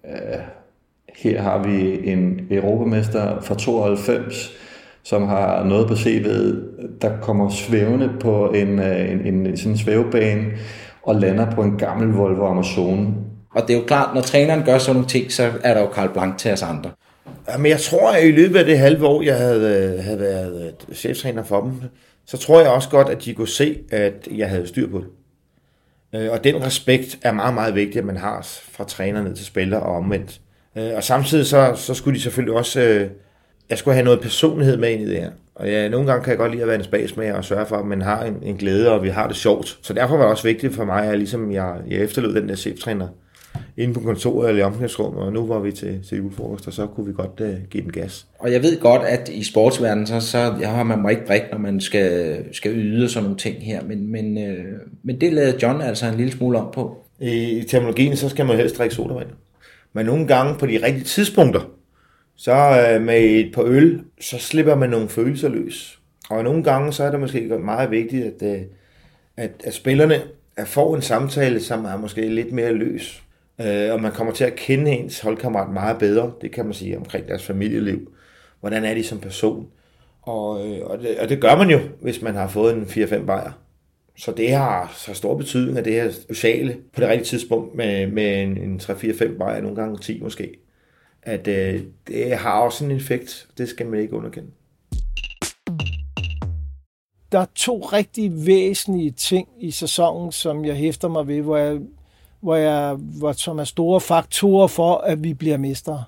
her har vi en europamester fra 92, som har noget på CV'et, der kommer svævende på en sådan svævebane og lander på en gammel Volvo Amazon. Og det er jo klart, når træneren gør sådan nogle ting, så er der jo Carl Blanc til os andre. Men jeg tror, at i løbet af det halve år, jeg havde været cheftræner for dem, så tror jeg også godt, at de kunne se, at jeg havde styr på det. Og den respekt er meget, meget vigtig, at man har fra træner ned til spiller og omvendt. Og samtidig så skulle de selvfølgelig også... Jeg skulle have noget personlighed med ind i det her. Og nogle gange kan jeg godt lide at være en spasmager og sørge for, at man har en glæde, og vi har det sjovt. Så derfor var det også vigtigt for mig, at ligesom jeg efterlod den der cheftræner inde på kontoret eller i omklædningsrummet, og nu var vi til julefrokost, og så kunne vi godt give den gas. Og jeg ved godt, at i sportsverdenen, så har man ikke drikke, når man skal yde sådan nogle ting her, men det lavede John altså en lille smule om på. I terminologien, så skal man helst drikke sodavand. Men nogle gange på de rigtige tidspunkter, så med et par øl, så slipper man nogle følelser løs. Og nogle gange, så er det måske meget vigtigt, at spillerne får en samtale, som er måske lidt mere løs. Og man kommer til at kende ens holdkammerat meget bedre, det kan man sige, omkring deres familieliv. Hvordan er de som person? Og det gør man jo, hvis man har fået en 4-5 bajer. Så det har så stor betydning af det her sociale på det rigtige tidspunkt med en 3-4-5 bajer, nogle gange 10 måske. At det har også en effekt, det skal man ikke underkende. Der er 2 rigtig væsentlige ting i sæsonen, som jeg hæfter mig ved, som er store faktorer for, at vi bliver mestre.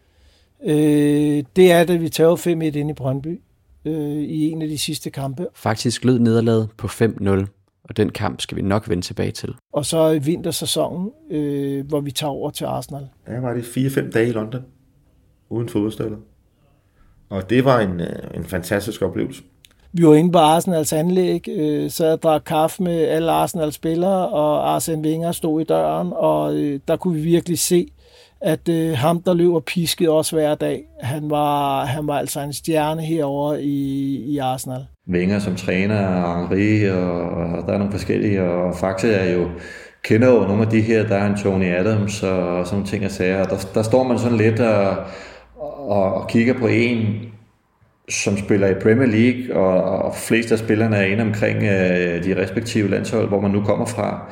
Det er, at vi tager 5-1 ind i Brøndby i en af de sidste kampe. Faktisk lød nederlaget på 5-0, og den kamp skal vi nok vende tilbage til. Og så i vintersæsonen, hvor vi tager over til Arsenal. Der var det 4-5 dage i London, uden fodboldstøvler. Og det var en fantastisk oplevelse. Vi var inde på Arsenals anlæg, så jeg drak kaffe med alle Arsenals spillere, og Arsene Wenger stod i døren, og der kunne vi virkelig se, at ham, der løber pisket også hver dag, han var altså en stjerne herovre i Arsenal. Wenger som træner, og Henry, og der er nogle forskellige, og Faxe er jo kender jo nogle af de her, der er en Tony Adams og sådan nogle ting og sager. Der står man sådan lidt og kigger på en, som spiller i Premier League, og flest af spillerne er inde omkring de respektive landshold, hvor man nu kommer fra.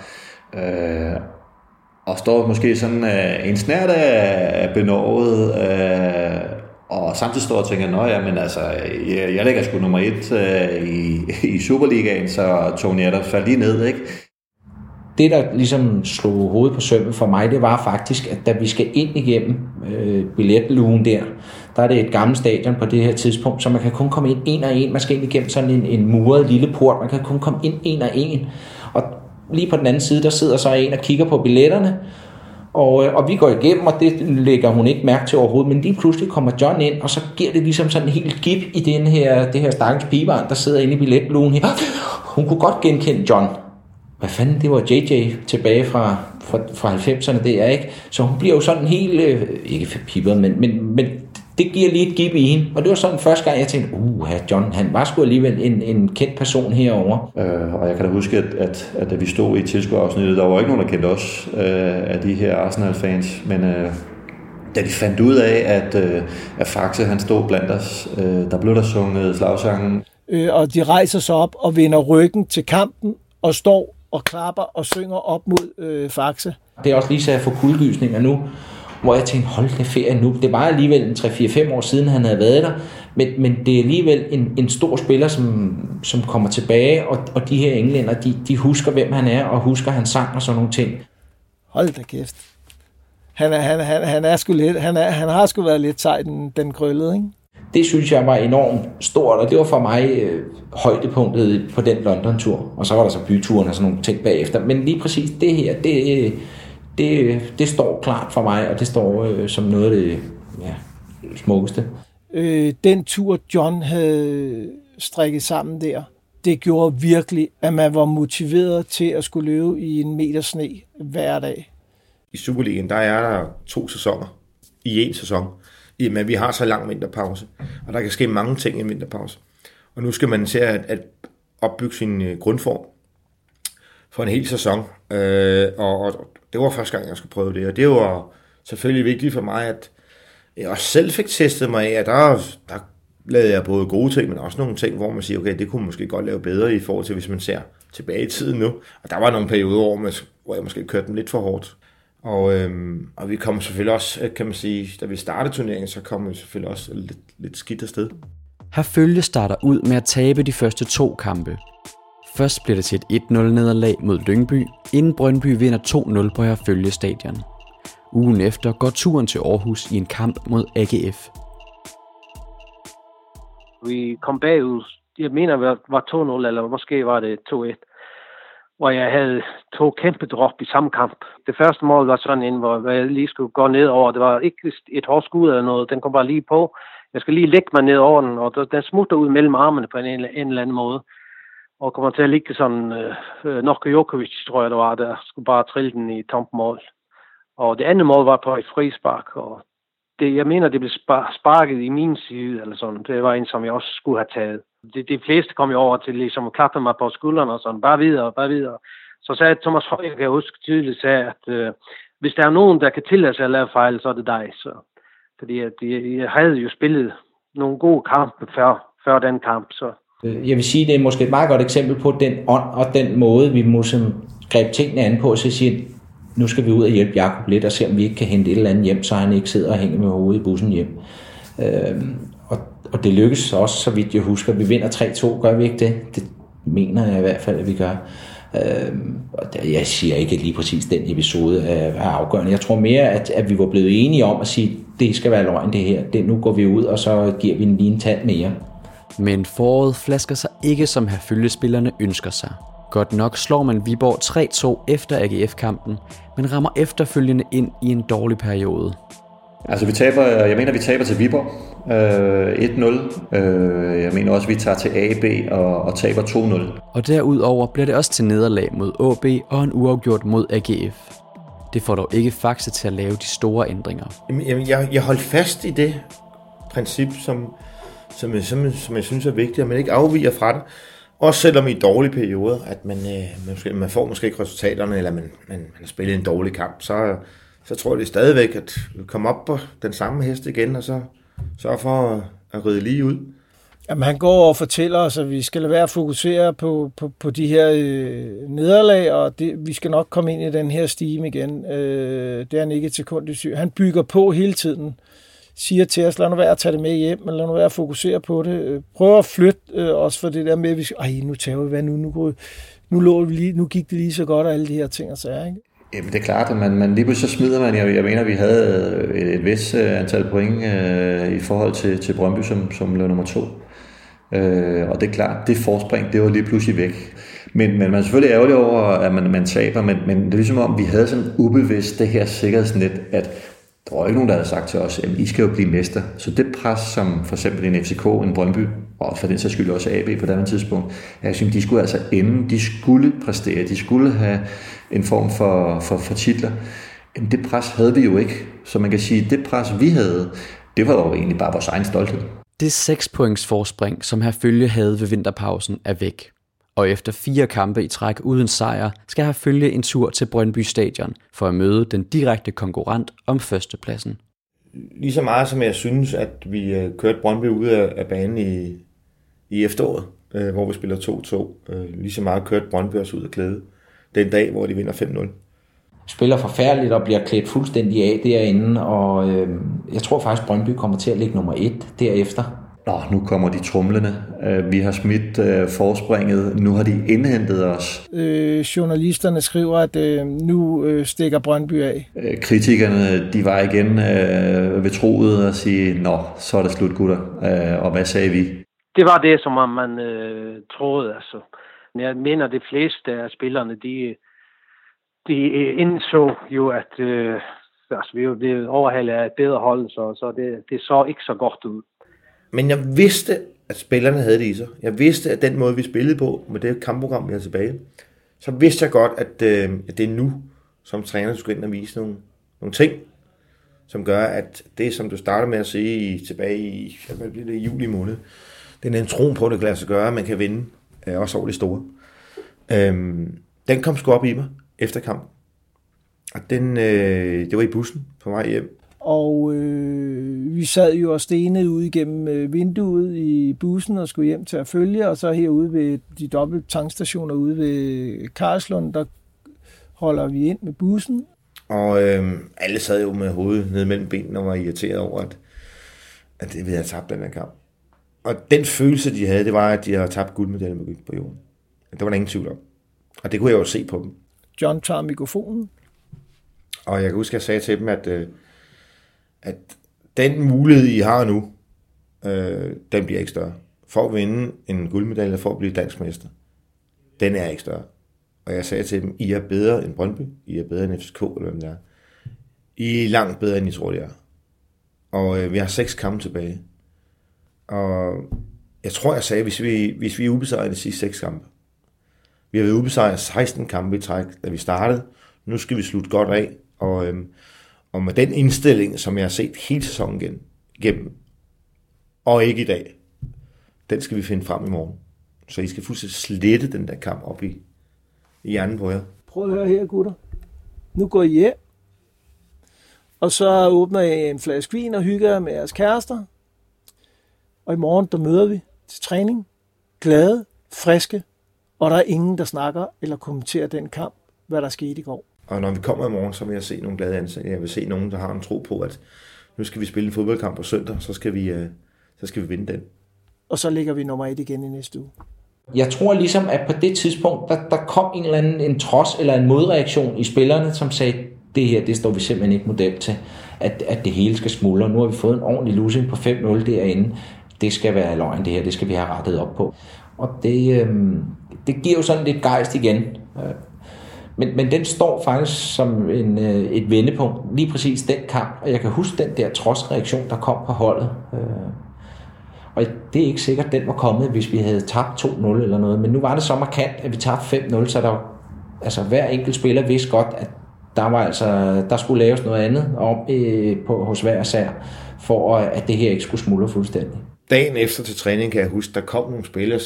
Og står måske sådan en snært af benovet, og samtidig står og tænker, men altså, jeg ligger sgu nummer 1 i Superligaen, så Tony Adams faldt lige ned, ikke? Det, der ligesom slog hovedet på sømmet for mig, det var faktisk, at da vi skal ind igennem billetlugen der er det et gammelt stadion på det her tidspunkt, så man kan kun komme ind en og en. Man skal ind igennem sådan en muret lille port. Man kan kun komme ind en og en. Og lige på den anden side, der sidder så en og kigger på billetterne. Og vi går igennem, og det lægger hun ikke mærke til overhovedet. Men lige pludselig kommer John ind, og så giver det ligesom sådan en helt gip i det her stakkels pigebarn, der sidder inde i billetlugen her. Hun kunne godt genkende John. Hvad fanden, det var JJ tilbage fra 90'erne, det er ikke. Så hun bliver jo sådan helt, ikke forpippet, men det giver lige et gib i hende. Og det var sådan første gang, jeg tænkte, John, han var sgu alligevel en kendt person herovre. Og jeg kan da huske, at da vi stod i tilskuerafsnittet, der var ikke nogen, der kendte os af de her Arsenal-fans. Men da de fandt ud af, at Faxe, han stod blandt os, der blev der sunget slagsangen. Og de rejser sig op og vender ryggen til kampen og står og klapper og synger op mod Faxe. Det er også lige så jeg får kuldegysninger nu, hvor jeg tænkte, hold da ferie nu. Det var alligevel 3-4-5 år siden, han havde været der, men det er alligevel en stor spiller, som kommer tilbage, og de her englænder, de husker, hvem han er, og husker hans sang og sådan nogle ting. Hold da kæft. Han er sgu lidt, han har sgu været lidt sej, den krøllede, ikke? Det synes jeg var enormt stort, og det var for mig højdepunktet på den London-tur. Og så var der så byturen og sådan nogle ting bagefter. Men lige præcis det her, det står klart for mig, og det står som noget af det smukkeste. Den tur, John havde strikket sammen der, det gjorde virkelig, at man var motiveret til at skulle løbe i 1 meter sne hver dag. I Superligaen, der er der 2 sæsoner i en sæson. Men vi har så lang vinterpause, og der kan ske mange ting i en vinterpause. Og nu skal man se at opbygge sin grundform for en hel sæson. Og det var første gang, jeg skulle prøve det. Og det var selvfølgelig vigtigt for mig, at jeg også selv fik testet mig af, at der lavede jeg både gode ting, men også nogle ting, hvor man siger, okay, det kunne man måske godt lave bedre i forhold til, hvis man ser tilbage i tiden nu. Og der var nogle perioder, hvor jeg måske kørte dem lidt for hårdt. Og vi kom selvfølgelig også, kan man sige, da vi startede turneringen, så kom vi selvfølgelig også lidt skidt afsted. Herfølge starter ud med at tabe de første 2 kampe. Først bliver det til et 1-0 nederlag mod Lyngby, inden Brøndby vinder 2-0 på Herfølge Stadion. Ugen efter går turen til Aarhus i en kamp mod AGF. Vi kom bagud, jeg mener det var 2-0, eller måske var det 2-1. Hvor jeg havde 2 kæmpe drop i samme kamp. Det første mål var sådan en, hvor jeg lige skulle gå ned over. Det var ikke et hårdt skud eller noget. Den kom bare lige på. Jeg skal lige lægge mig ned over den, og den smutter ud mellem armene på en eller anden måde. Og kommer til at ligge sådan, Nokko Jokovic, tror jeg det var, der skulle bare trille den i tomt mål. Og det andet mål var på et frispark, og jeg mener, det blev sparket i min side, eller sådan. Det var en, som jeg også skulle have taget. De fleste kom jo over til ligesom at klappe mig på skuldrene og sådan, bare videre. Så sagde Thomas Høj, jeg kan huske tydeligt, at hvis der er nogen, der kan tillade sig at lave fejl, så er det dig. Så, fordi at jeg havde jo spillet nogle gode kampe før den kamp. Så. Jeg vil sige, det er måske et meget godt eksempel på den ånd og den måde, vi måske greb tingene an på, så siger, nu skal vi ud og hjælpe Jakob lidt og se, om vi ikke kan hente et eller andet hjem, så han ikke sidder og hænger med hovedet i bussen hjem. Og det lykkes også, så vidt jeg husker. Vi vinder 3-2, gør vi ikke det? Det mener jeg i hvert fald, at vi gør. Jeg siger ikke, at lige præcis den episode er afgørende. Jeg tror mere, at vi var blevet enige om at sige, at det skal være løgn det her. Nu går vi ud, og så giver vi lige en tand mere. Men foråret flasker sig ikke, som herfølgespillerne ønsker sig. Godt nok slår man Viborg 3-2 efter AGF-kampen, men rammer efterfølgende ind i en dårlig periode. Altså jeg mener, vi taber til Viborg 1-0. Jeg mener også, vi tager til AB og taber 2-0. Og derudover bliver det også til nederlag mod AB og en uafgjort mod AGF. Det får dog ikke Faxe til at lave de store ændringer. Jeg holdt fast i det princip, som jeg synes er vigtigt, at man ikke afviger fra det. Også selvom i dårlige perioder, at man får måske ikke resultaterne, eller man har spillet en dårlig kamp, så tror jeg det stadigvæk, at vi kommer op på den samme hest igen, og så sørge for at rydde lige ud. Jamen, han går og fortæller os, at vi skal lade være at fokusere på de her nederlag, og vi skal nok komme ind i den her stime igen. Det er han ikke et sekund i syg. Han bygger på hele tiden. Siger til os, lad nu være at tage det med hjem, eller lad nu være at fokusere på det. Prøv at flytte os for det der med, at nu tager vi hvad nu gik det lige så godt, og alle de her ting og sager, ikke? Jamen det er klart, at man lige pludselig så smider man. Jeg mener, vi havde et vist antal point i forhold til Brøndby, som lå nummer 2. Og det er klart, det forspring, det var lige pludselig væk. Men man er selvfølgelig ærgerlig over, at man taber, men det er ligesom om, vi havde sådan ubevidst det her sikkerhedsnet, at der var ikke nogen, der havde sagt til os, at I skal jo blive mester. Så det pres, som for eksempel en FCK, en Brøndby, og for den sags skyld også AB på det andet tidspunkt, jeg synes, de skulle altså de skulle præstere, de skulle have en form for titler. Men det pres havde vi jo ikke. Så man kan sige, at det pres, vi havde, det var jo egentlig bare vores egen stolthed. Det 6 points forspring, som Herfølge havde ved vinterpausen, er væk. Og efter 4 kampe i træk uden sejr, skal Herfølge en tur til Brøndby Stadion for at møde den direkte konkurrent om førstepladsen. Lige så meget som jeg synes, at vi kørte Brøndby ud af banen i efteråret, hvor vi spiller 2-2. Lige så meget kørte Brøndby også ud af glæde den dag, hvor de vinder 5-0. Spiller forfærdeligt og bliver klædt fuldstændig af derinde, og jeg tror faktisk, Brøndby kommer til at ligge nummer 1 derefter. nu kommer de trumlende. Vi har smidt forspringet. Nu har de indhentet os. Journalisterne skriver, at nu stikker Brøndby af. Kritikerne, de var igen ved troet og sige, så er det slut, gutter. Og hvad sagde vi? Det var det, som man troede. Altså. Jeg mener, de fleste af spillerne, de indså jo, at vi jo blev overhalet af et bedre hold, så det så ikke så godt ud. Men jeg vidste, at spillerne havde det i sig. Jeg vidste, at den måde, vi spillede på, med det kampprogram, vi havde tilbage, så vidste jeg godt, at det er nu, som træner, du skal ind og vise nogle ting, som gør, at det, som du starter med at se tilbage i juli måned, den er en tron på, at det kan lade sig gøre, at man kan vinde også over det store. Den kom sgu op i mig efter kampen. Og det var i bussen på vej hjem. Og vi sad jo og stenede ude igennem vinduet i bussen og skulle hjem til at følge, og så herude ved de dobbelte tankstationer ude ved Karlslund, der holder vi ind med bussen. Og alle sad jo med hovedet nede mellem benene og var irriteret over, at vi havde tabt den her kamp. Og den følelse, de havde, det var, at de havde tabt guldmedaljen på jorden. Det var der ingen tvivl om. Og det kunne jeg jo se på dem. John tager mikrofonen. Og jeg kan huske, at jeg sagde til dem, at den mulighed, I har nu, den bliver ikke større. For at vinde en guldmedalje, for at blive dansk mester, den er ikke større. Og jeg sagde til dem, I er bedre end Brøndby, I er bedre end FCK, eller hvad det er. I er langt bedre, end I tror, det er. Og vi har 6 kampe tilbage. Og jeg tror, jeg sagde, hvis vi er ubesejret de sidste 6 kampe. Vi har været ubesejret 16 kampe i træk, da vi startede. Nu skal vi slutte godt af. Og med den indstilling, som jeg har set hele sæsonen igennem, og ikke i dag, den skal vi finde frem i morgen. Så I skal fuldstændig slette den der kamp op i hjernen på jer. Prøv at høre her, gutter. Nu går I hjem, og så åbner jeg en flaske vin og hygger jer med jeres kærester. Og i morgen, der møder vi til træning. Glade, friske, og der er ingen, der snakker eller kommenterer den kamp, hvad der skete i går. Og når vi kommer i morgen, så vil jeg se nogle glade ansigter. Jeg vil se nogen, der har en tro på, at nu skal vi spille en fodboldkamp på søndag, så skal vi vinde den. Og så ligger vi nummer 1 igen i næste uge. Jeg tror ligesom, at på det tidspunkt, der kom en eller anden en trods eller en modreaktion i spillerne, som sagde, det her, det står vi simpelthen ikke model til, at det hele skal smuldre. Nu har vi fået en ordentlig losing på 5-0 derinde. Det skal være løgn, det her, det skal vi have rettet op på. Og det giver jo sådan lidt gejst igen. Men den står faktisk som et vendepunkt, lige præcis den kamp. Og jeg kan huske den der trodsreaktion, der kom på holdet. Og det er ikke sikkert, den var kommet, hvis vi havde tabt 2-0 eller noget. Men nu var det så markant, at vi tabte 5-0, så der, hver enkelt spiller vidste godt, at der skulle laves noget andet hos hver sær, for at det her ikke skulle smuldre fuldstændig. Dagen efter til træning kan jeg huske, der kom nogle spillere,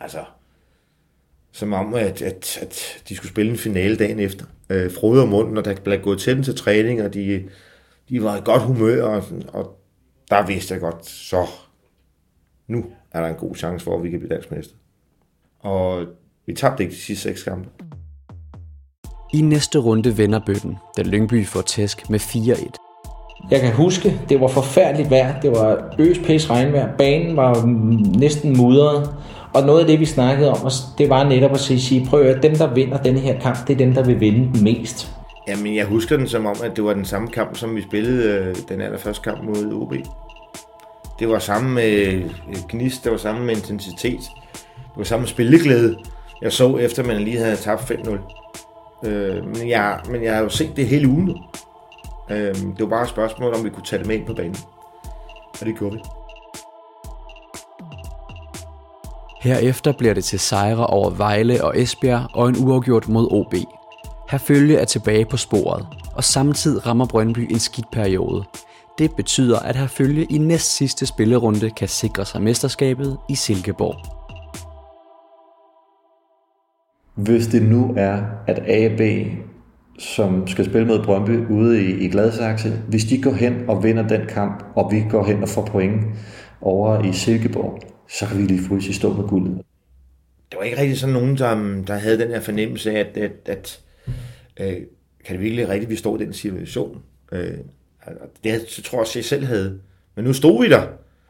som om, at de skulle spille en finale dagen efter. Frode og Munden, og der blev gået til dem til træning, og de var i godt humør, og der vidste jeg godt, så nu er der en god chance for, at vi kan blive danskmester. Og vi tabte ikke de sidste 6 kampe. I næste runde vender bøtten, da Lyngby får tæsk med 4-1. Jeg kan huske, det var forfærdeligt vejr. Det var pæs regnvejr. Banen var næsten mudret. Og noget af det, vi snakkede om, det var netop at sige, prøv at dem, der vinder denne her kamp, det er dem, der vil vinde den mest. Jamen, jeg husker den som om, at det var den samme kamp, som vi spillede den allerførste kamp mod OB. Det var samme med gnist, det var samme med intensitet, det var samme spilleglæde. Jeg så efter, man lige havde tabt 5-0. Men jeg har jo set det hele ugen nu. Det var bare et spørgsmål, om vi kunne tage det med ind på banen. Og det gjorde vi. Herefter bliver det til sejre over Vejle og Esbjerg og en uafgjort mod OB. Herfølge er tilbage på sporet, og samtidig rammer Brøndby en skidt periode. Det betyder, at Herfølge i næst sidste spillerunde kan sikre sig mesterskabet i Silkeborg. Hvis det nu er, at A og B, som skal spille med Brøndby ude i Gladsaxe, hvis de går hen og vinder den kamp, og vi går hen og får point over i Silkeborg, så kan vi lige pludselig stå med guldet. Det var ikke rigtig sådan nogen, der havde den her fornemmelse af, at kan det virkelig rigtigt, vi står i den situation. Det tror jeg også, jeg selv havde. Men nu stod vi der.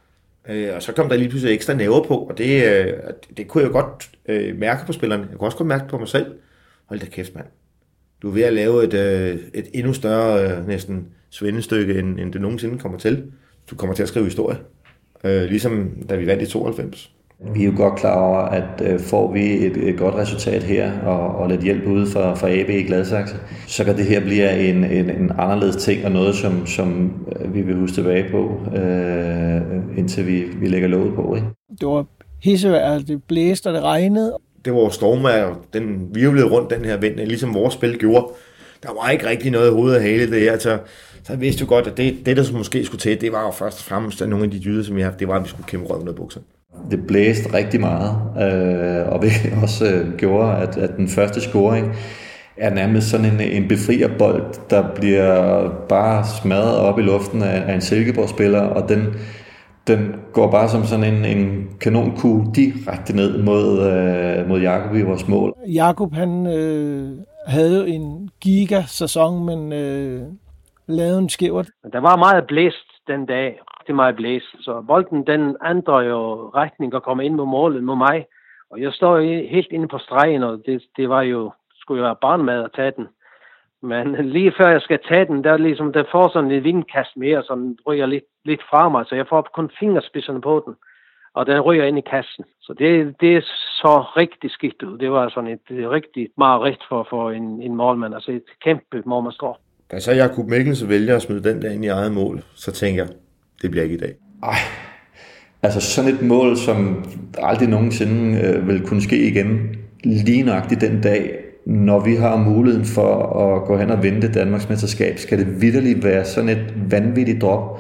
Og så kom der lige pludselig ekstra nerver på, og det kunne jeg godt mærke på spillerne. Jeg kunne også godt mærke på mig selv. Hold da kæft, mand. Du er ved at lave et endnu større næsten svendestykke, end det nogensinde kommer til. Du kommer til at skrive historie. Ligesom da vi vandt i 92. Vi er jo godt klar over, at får vi et godt resultat her, og lidt hjælp ude fra AB i Gladsaxe, så kan det her blive en anderledes ting, og noget, som vi vil huske tilbage på, indtil vi lægger låget på. Ikke? Det var hissevejr, det blæste og det regnede. Det var stormvejr, den virvlede rundt den her vind, ligesom vores spil gjorde. Der var ikke rigtig noget i hovedet af hele det her, så jeg vidste jo godt, at det der måske skulle til, det var jo først og fremmest af nogle af de dyder, som vi havde, det var, at vi skulle kæmpe røven af bukser. Det blæste rigtig meget, og det også gjorde, at den første scoring er nærmest sådan en befrierbold, der bliver bare smadret op i luften af en Silkeborg-spiller, og den går bare som sådan en kanonkugle direkte ned mod Jakob i vores mål. Jakob, han havde jo en gigasæson, men lavede en skævert. Der var meget blæst den dag. Det meget blæst. Så bolden, den ændrer jo retning og kommer ind mod målet mod mig. Og jeg står helt inde på stregen, og det var jo, skulle jo være barnmad at tage den. Men lige før jeg skal tage den, der får sådan et vindkast mere, som ryger lidt fra mig, så jeg får kun fingerspidserne på den. Og den ryger ind i kassen. Så det er så rigtig skidt ud. Det var sådan et rigtig mareridt for en målmand. Altså et kæmpe målmandsdrag. Da så Jakob Mikkelsen vælger at smide den der ind i eget mål, så tænker jeg, det bliver ikke i dag. Ej, altså sådan et mål, som aldrig nogensinde vil kunne ske igen, lige nøjagtigt den dag, når vi har muligheden for at gå hen og vinde Danmarks mesterskab, skal det vitterligt være sådan et vanvittigt drop,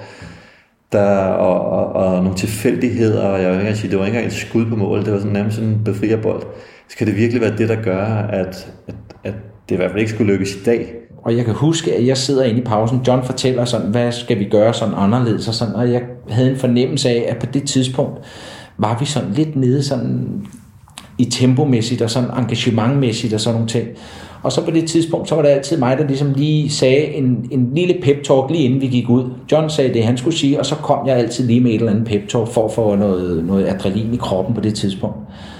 og nogle tilfældigheder, og jeg vil ikke sige, det var ikke engang et skud på mål, det var sådan nærmest sådan en befrierbold. Skal det virkelig være det, der gør, at det i hvert fald ikke skulle lykkes i dag? Og jeg kan huske, at jeg sidder inde i pausen. John fortæller sådan, hvad skal vi gøre sådan anderledes og sådan. Og jeg havde en fornemmelse af, at på det tidspunkt var vi sådan lidt nede sådan i tempomæssigt og sådan engagementmæssigt og sådan nogle ting. Og så på det tidspunkt, så var det altid mig, der ligesom lige sagde en lille pep-talk lige inden vi gik ud. John sagde det, han skulle sige, og så kom jeg altid lige med et eller andet pep-talk for at få noget adrenalin i kroppen på det tidspunkt.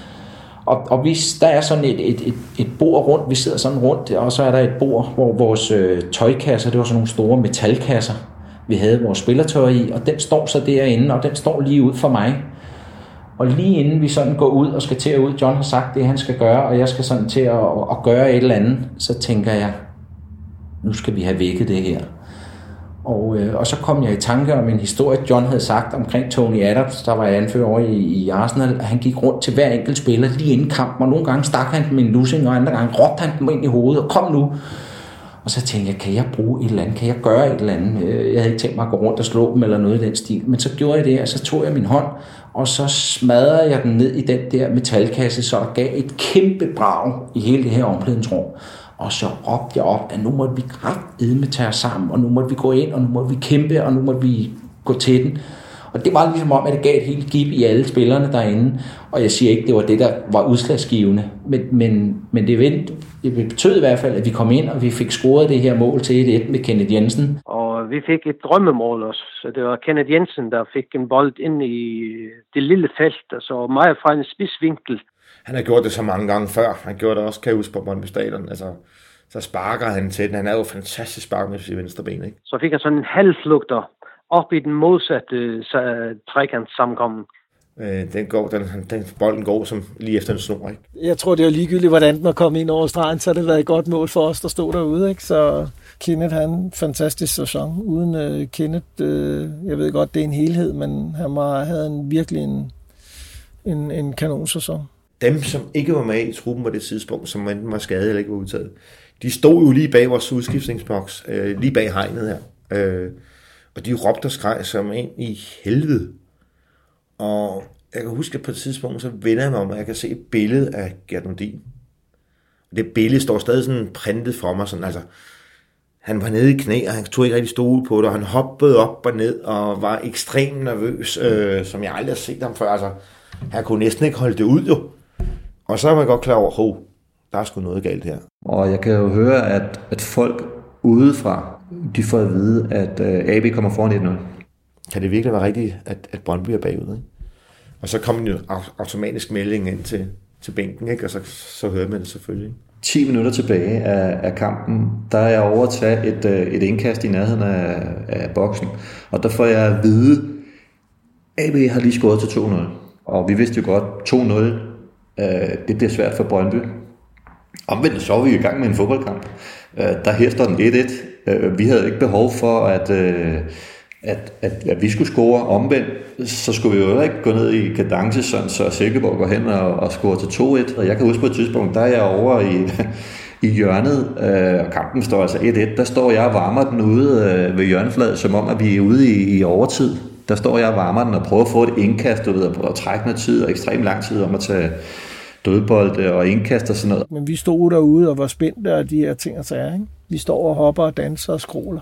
Og der er sådan et bord rundt, vi sidder sådan rundt, og så er der et bord, hvor vores tøjkasser, det var sådan nogle store metalkasser, vi havde vores spillertøj i, og den står så derinde, og den står lige ud for mig. Og lige inden vi sådan går ud og skal til at ud, John har sagt det, han skal gøre, og jeg skal sådan til at gøre et eller andet, så tænker jeg, nu skal vi have vækket det her. Og så kom jeg i tanke om en historie, John havde sagt omkring Tony Adams, der var anfører over i Arsenal, at han gik rundt til hver enkelt spiller lige inden kampen, og nogle gange stak han dem med en lussing, og andre gange råbte han dem ind i hovedet, og kom nu. Og så tænkte jeg, kan jeg bruge et eller andet, kan jeg gøre et eller andet? Jeg havde ikke tænkt mig at gå rundt og slå dem eller noget i den stil, men så gjorde jeg det, og så tog jeg min hånd, og så smadrede jeg den ned i den der metalkasse, så der gav et kæmpe brag i hele det her omklædningsrum. Og så råbte jeg op, at nu måtte vi kraftedme tage os sammen, og nu måtte vi gå ind, og nu måtte vi kæmpe, og nu måtte vi gå til den. Og det var ligesom om, at det gav et helt gib i alle spillerne derinde. Og jeg siger ikke, det var det, der var udslagsgivende. Men det betød i hvert fald, at vi kom ind, og vi fik scoret det her mål til 1-1 med Kenneth Jensen. Og vi fik et drømmemål også. Så det var Kenneth Jensen, der fik en bold ind i det lille felt, altså meget fra en spidsvinkel. Han har gjort det så mange gange før. Han gjorde det også, kan jeg huske, på Brøndby Stadion. Altså, så sparker han til den. Han er jo fantastisk spark med sit venstre ben, ikke? Så fik han sådan en halvflugter op i den modsatte trekant sammenkommen. Bolden går som lige efter en snor, ikke? Jeg tror, det er ligegyldigt, hvordan den er kommet ind over stregen, så har det været et godt mål for os, der stod derude, ikke? Så Kenneth havde en fantastisk sæson. Uden Kenneth, jeg ved godt, det er en helhed, men han havde virkelig en kanonsæson. Dem, som ikke var med i truppen på det tidspunkt, som enten var skadet eller ikke var udtaget, de stod jo lige bag vores udskiftningsboks, lige bag hegnet her. Og de råbte og skreg som en i helvede. Og jeg kan huske, at på et tidspunkt, så vender jeg mig om, og jeg kan se et billede af Gert Nordin. Og det billede står stadig sådan printet for mig. Sådan, altså, han var nede i knæ, og han tog ikke rigtig stole på det, og han hoppede op og ned, og var ekstremt nervøs, som jeg aldrig har set ham før. Altså, han kunne næsten ikke holde det ud, jo. Og så er man godt klar over, der er sgu noget galt her. Og jeg kan jo høre, at folk udefra, de får at vide, at AB kommer foran 1-0. kan det virkelig være rigtigt, at Brøndby er bagud, ikke? Og så kom en automatisk melding ind til bænken, ikke? Og så hørte man det selvfølgelig. 10 minutter tilbage af kampen, der er jeg over at tage et indkast i nærheden af boksen, og der får jeg at vide, AB har lige scoret til 2-0, og vi vidste jo godt, 2-0, det bliver svært for Brøndby. Omvendt så var vi i gang med en fodboldkamp. Der her står den 1-1. Vi havde ikke behov for, at vi skulle score. Omvendt, så skulle vi jo ikke gå ned i kadence, sådan, så Silkeborg går hen og scorer til 2-1. Og jeg kan huske på et tidspunkt, der er jeg over i hjørnet, og kampen står altså 1-1. Der står jeg og varmer den ude ved hjørnefladet, som om at vi er ude i overtid. Der står jeg og varmer den og prøver at få et indkast, og trække noget tid, og ekstremt lang tid om at tage dødbold og indkast og sådan noget. Men vi stod derude og var spændte af de her ting og sager, ikke? Vi står og hopper og danser og skråler.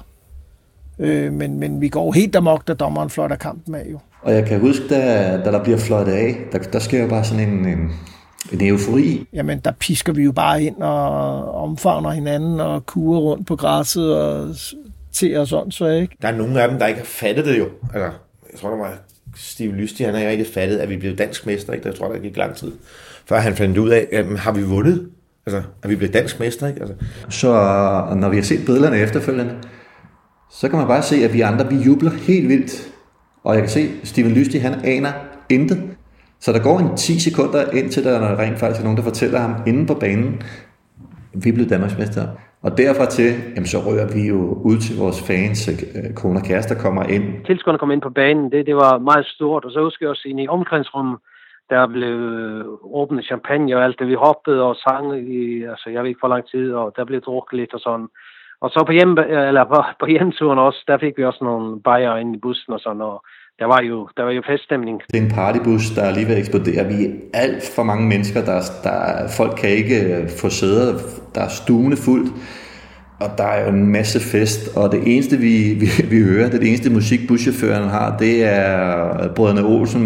Men vi går helt amok, da dommeren fløjter kampen af jo. Og jeg kan huske, da der bliver fløjtet af, der sker jo bare sådan en eufori. Jamen, der pisker vi jo bare ind og omfavner hinanden og kurer rundt på græsset og til og sådan, så ikke? Der er nogle af dem, der ikke har fattet det jo. Altså, jeg tror, der var Steve Lystig, han har ikke fattet, at vi blev dansk mester, ikke? Jeg tror, der gik lang tid, før han fandt ud af, at har vi vundet? Altså, at vi blev dansk mester, ikke? Altså. Så når vi har set billederne efterfølgende, så kan man bare se, at vi andre, vi jubler helt vildt. Og jeg kan se, Steven Lystig, han aner intet. Så der går en 10 sekunder indtil der rent faktisk er nogen, der fortæller ham inde på banen, vi blev Danmarksmester. Og derfra til, jamen, så rører vi jo ud til vores fans, kone og kærester kommer ind. Tilskuerne kom ind på banen, det var meget stort. Og så husker jeg også ind i omklædningsrummet, der blev åbnet champagne og alt det. Vi hoppede og sang i, altså jeg ved ikke hvor lang tid, og der blev drukket lidt og sådan. Og så på hjemturen også, der fik vi også nogle bajer ind i bussen og sådan, og der var jo feststemning. Det er en partybus, der er lige ved at eksplodere. Vi er alt for mange mennesker, folk kan ikke få sæder, der er stuende fuldt, og der er jo en masse fest, og det eneste vi hører, det eneste musik buschaufføren har, det er Brødrene Olsen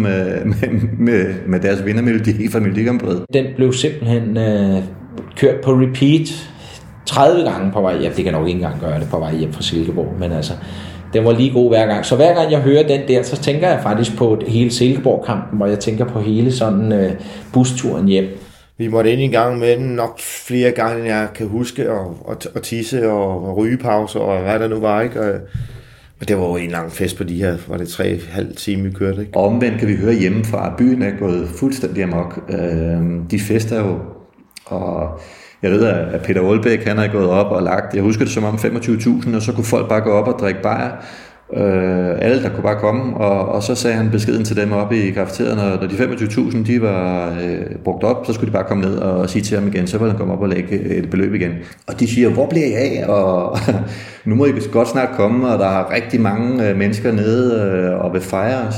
med deres vindermelodi fra Melodi Grand Prix. Den blev simpelthen kørt på repeat 30 gange på vej hjem. Det kan nok ikke engang gøre det på vej hjem fra Silkeborg, men altså, den var lige god hver gang. Så hver gang jeg hører den der, så tænker jeg faktisk på hele Silkeborg-kampen, og jeg tænker på hele sådan busturen hjem. Vi måtte ind i gang med den nok flere gange, end jeg kan huske, og tisse og rygepause og hvad der nu var, ikke? Og det var jo en lang fest på de her, var det 3,5 timer vi kørte, ikke? Og omvendt kan vi høre hjemmefra, at byen er gået fuldstændig amok. De fester jo, og jeg ved, at Peter Aalbæk, han er gået op og lagt, jeg husker det som om 25.000, og så kunne folk bare gå op og drikke bajer. Alle, der kunne bare komme, og så sagde han beskeden til dem oppe i kafeteriet, når de 25.000, de var brugt op, så skulle de bare komme ned og sige til ham igen, så ville han komme op og lægge et beløb igen. Og de siger, hvor bliver I af? Og nu må I godt snart komme, og der er rigtig mange mennesker nede og vil fejre os.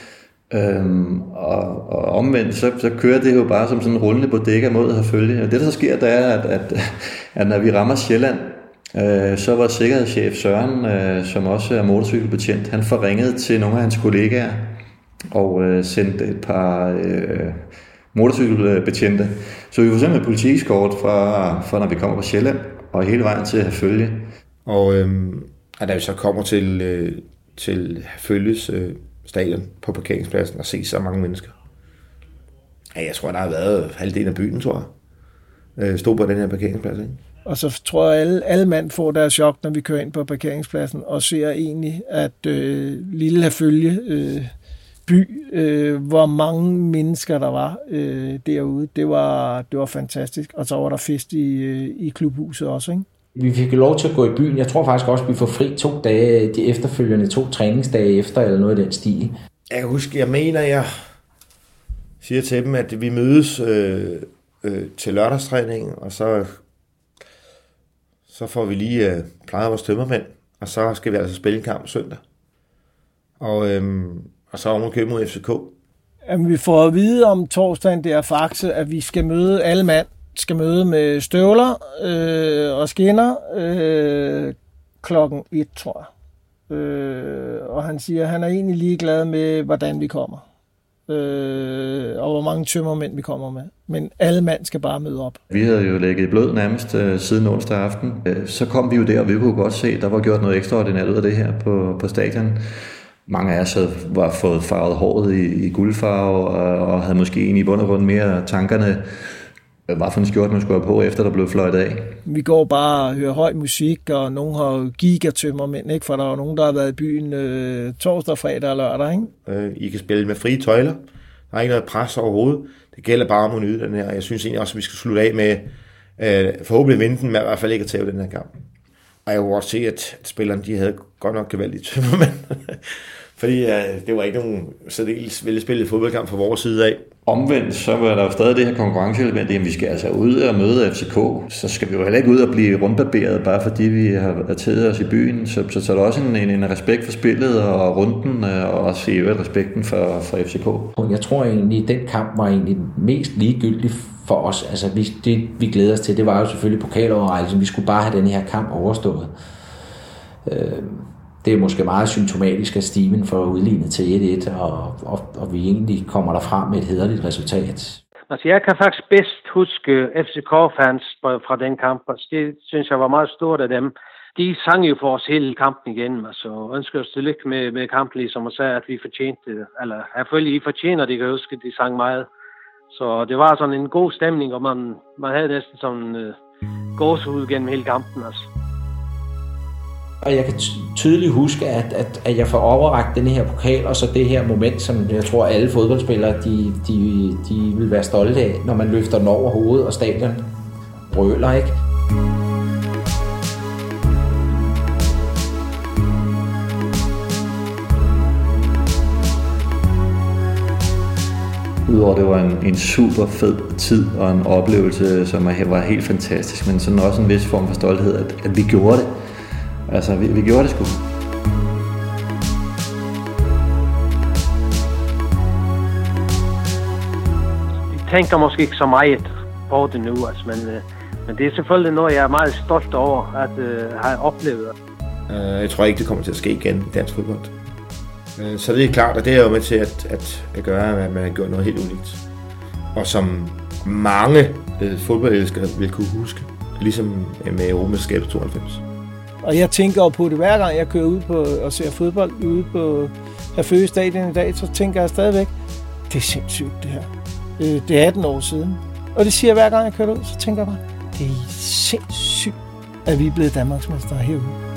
Og omvendt, så kører det jo bare som sådan en rullende bodega mod Herfølge. Og det, der så sker, det er, at når vi rammer Sjælland, så var sikkerhedschef Søren, som også er motorcykelbetjent, han forringede til nogle af hans kollegaer og sendte et par motorcykelbetjente. Så vi får simpelthen politieskort fra når vi kommer på Sjælland og hele vejen til Herfølge. Og da vi så kommer til Herfølges stadion på parkeringspladsen og se så mange mennesker. Ja, jeg tror, der har været halvdelen af byen, tror jeg. Stod på den her parkeringsplads, ikke? Og så tror jeg, at alle mand får deres chok, når vi kører ind på parkeringspladsen, og ser egentlig, at lille Herfølge by, hvor mange mennesker der var derude, det var fantastisk. Og så var der fest i klubhuset også, ikke? Vi fik lov til at gå i byen. Jeg tror faktisk også, at vi får fri 2 dage, de efterfølgende 2 træningsdage efter, eller noget af den stil. Jeg kan huske, jeg siger til dem, at vi mødes til lørdagstræning, og så får vi lige plejet vores tømmermænd, og så skal vi altså spille en kamp søndag. Og så om at købe mod FCK. Jamen, vi får at vide om torsdagen, det er faktisk, at vi skal møde alle mand. Skal møde med støvler og skinner klokken 1, tror jeg. Og han siger, at han er egentlig ligeglad med, hvordan vi kommer. Og hvor mange tømmermænd vi kommer med. Men alle mand skal bare møde op. Vi havde jo lægget blød nærmest siden onsdag aften. Så kom vi jo der, og vi kunne godt se, at der var gjort noget ekstraordinært ud af det her på stadion. Mange af os var fået farvet håret i guldfarve, og havde måske egentlig i bund og grund mere tankerne, hvad for en skjort man skulle have på, efter der blev fløjtet af. Vi går bare og hører høj musik, og nogen har gigatømmermænd, ikke? For der er nogen, der har været i byen torsdag, fredag og lørdag, ikke? I kan spille med frie tøjler. Der er ikke noget pres overhovedet. Det gælder bare om at nyde den her. Jeg synes egentlig også, at vi skal slutte af med forhåbentlig vinde den, men i hvert fald ikke at tage den her kamp. Og jeg kunne også se, at spillerne de havde godt nok gevaldigt tømmermænd. Fordi det var ikke nogen særdeles velspillet fodboldkamp fra vores side af. Omvendt, så var der jo stadig det her konkurrenceelement, at vi skal altså ud og møde FCK. Så skal vi jo heller ikke ud og blive rundbarberet, bare fordi vi har taget os i byen. Så er der også en respekt for spillet og runden, og også i øvrigt respekten for FCK. Jeg tror egentlig, at den kamp var egentlig mest ligegyldig for os. Altså, det vi glæder os til, det var jo selvfølgelig pokaloverrækkelsen. Vi skulle bare have den her kamp overstået. Det er måske meget symptomatisk, at Steven får udlignet til 1-1, og vi egentlig kommer derfra med et hæderligt resultat. Altså, jeg kan faktisk bedst huske FCK-fans fra den kamp. Altså, det synes jeg var meget stort af dem. De sang jo for os hele kampen igen, altså ønsker os tillykke med kampen, ligesom og sagde, at vi fortjente det. Eller selvfølgelig, I fortjener det, kan jeg huske, de sang meget. Så det var sådan en god stemning, og man havde næsten sådan gåsehud gennem hele kampen, altså. Og jeg kan tydeligt huske, at jeg får overrakt den her pokal, og så det her moment, som jeg tror alle fodboldspillere, de vil være stolte af, når man løfter den over hovedet, og stadion brøler, ikke? Udover det var en super fed tid og en oplevelse, som var helt fantastisk, men sådan også en vis form for stolthed, at vi gjorde det. Altså, vi gjorde det sgu. Jeg tænker måske ikke så meget på det nu, altså, men det er selvfølgelig noget, jeg er meget stolt over at have oplevet. Jeg tror ikke, det kommer til at ske igen i dansk fodbold. Så det er klart, at det er jo med til at gøre, at man har gjort noget helt unikt. Og som mange fodboldelskere vil kunne huske, ligesom med Europamesterskabet 92. Og jeg tænker på det hver gang, jeg kører ud på og ser fodbold ude på Herfølge Stadion i dag, så tænker jeg stadigvæk, det er sindssygt det her. Det er 18 år siden. Og det siger jeg hver gang, jeg kører ud, så tænker jeg bare, det er sindssygt, at vi er blevet Danmarksmestre herude.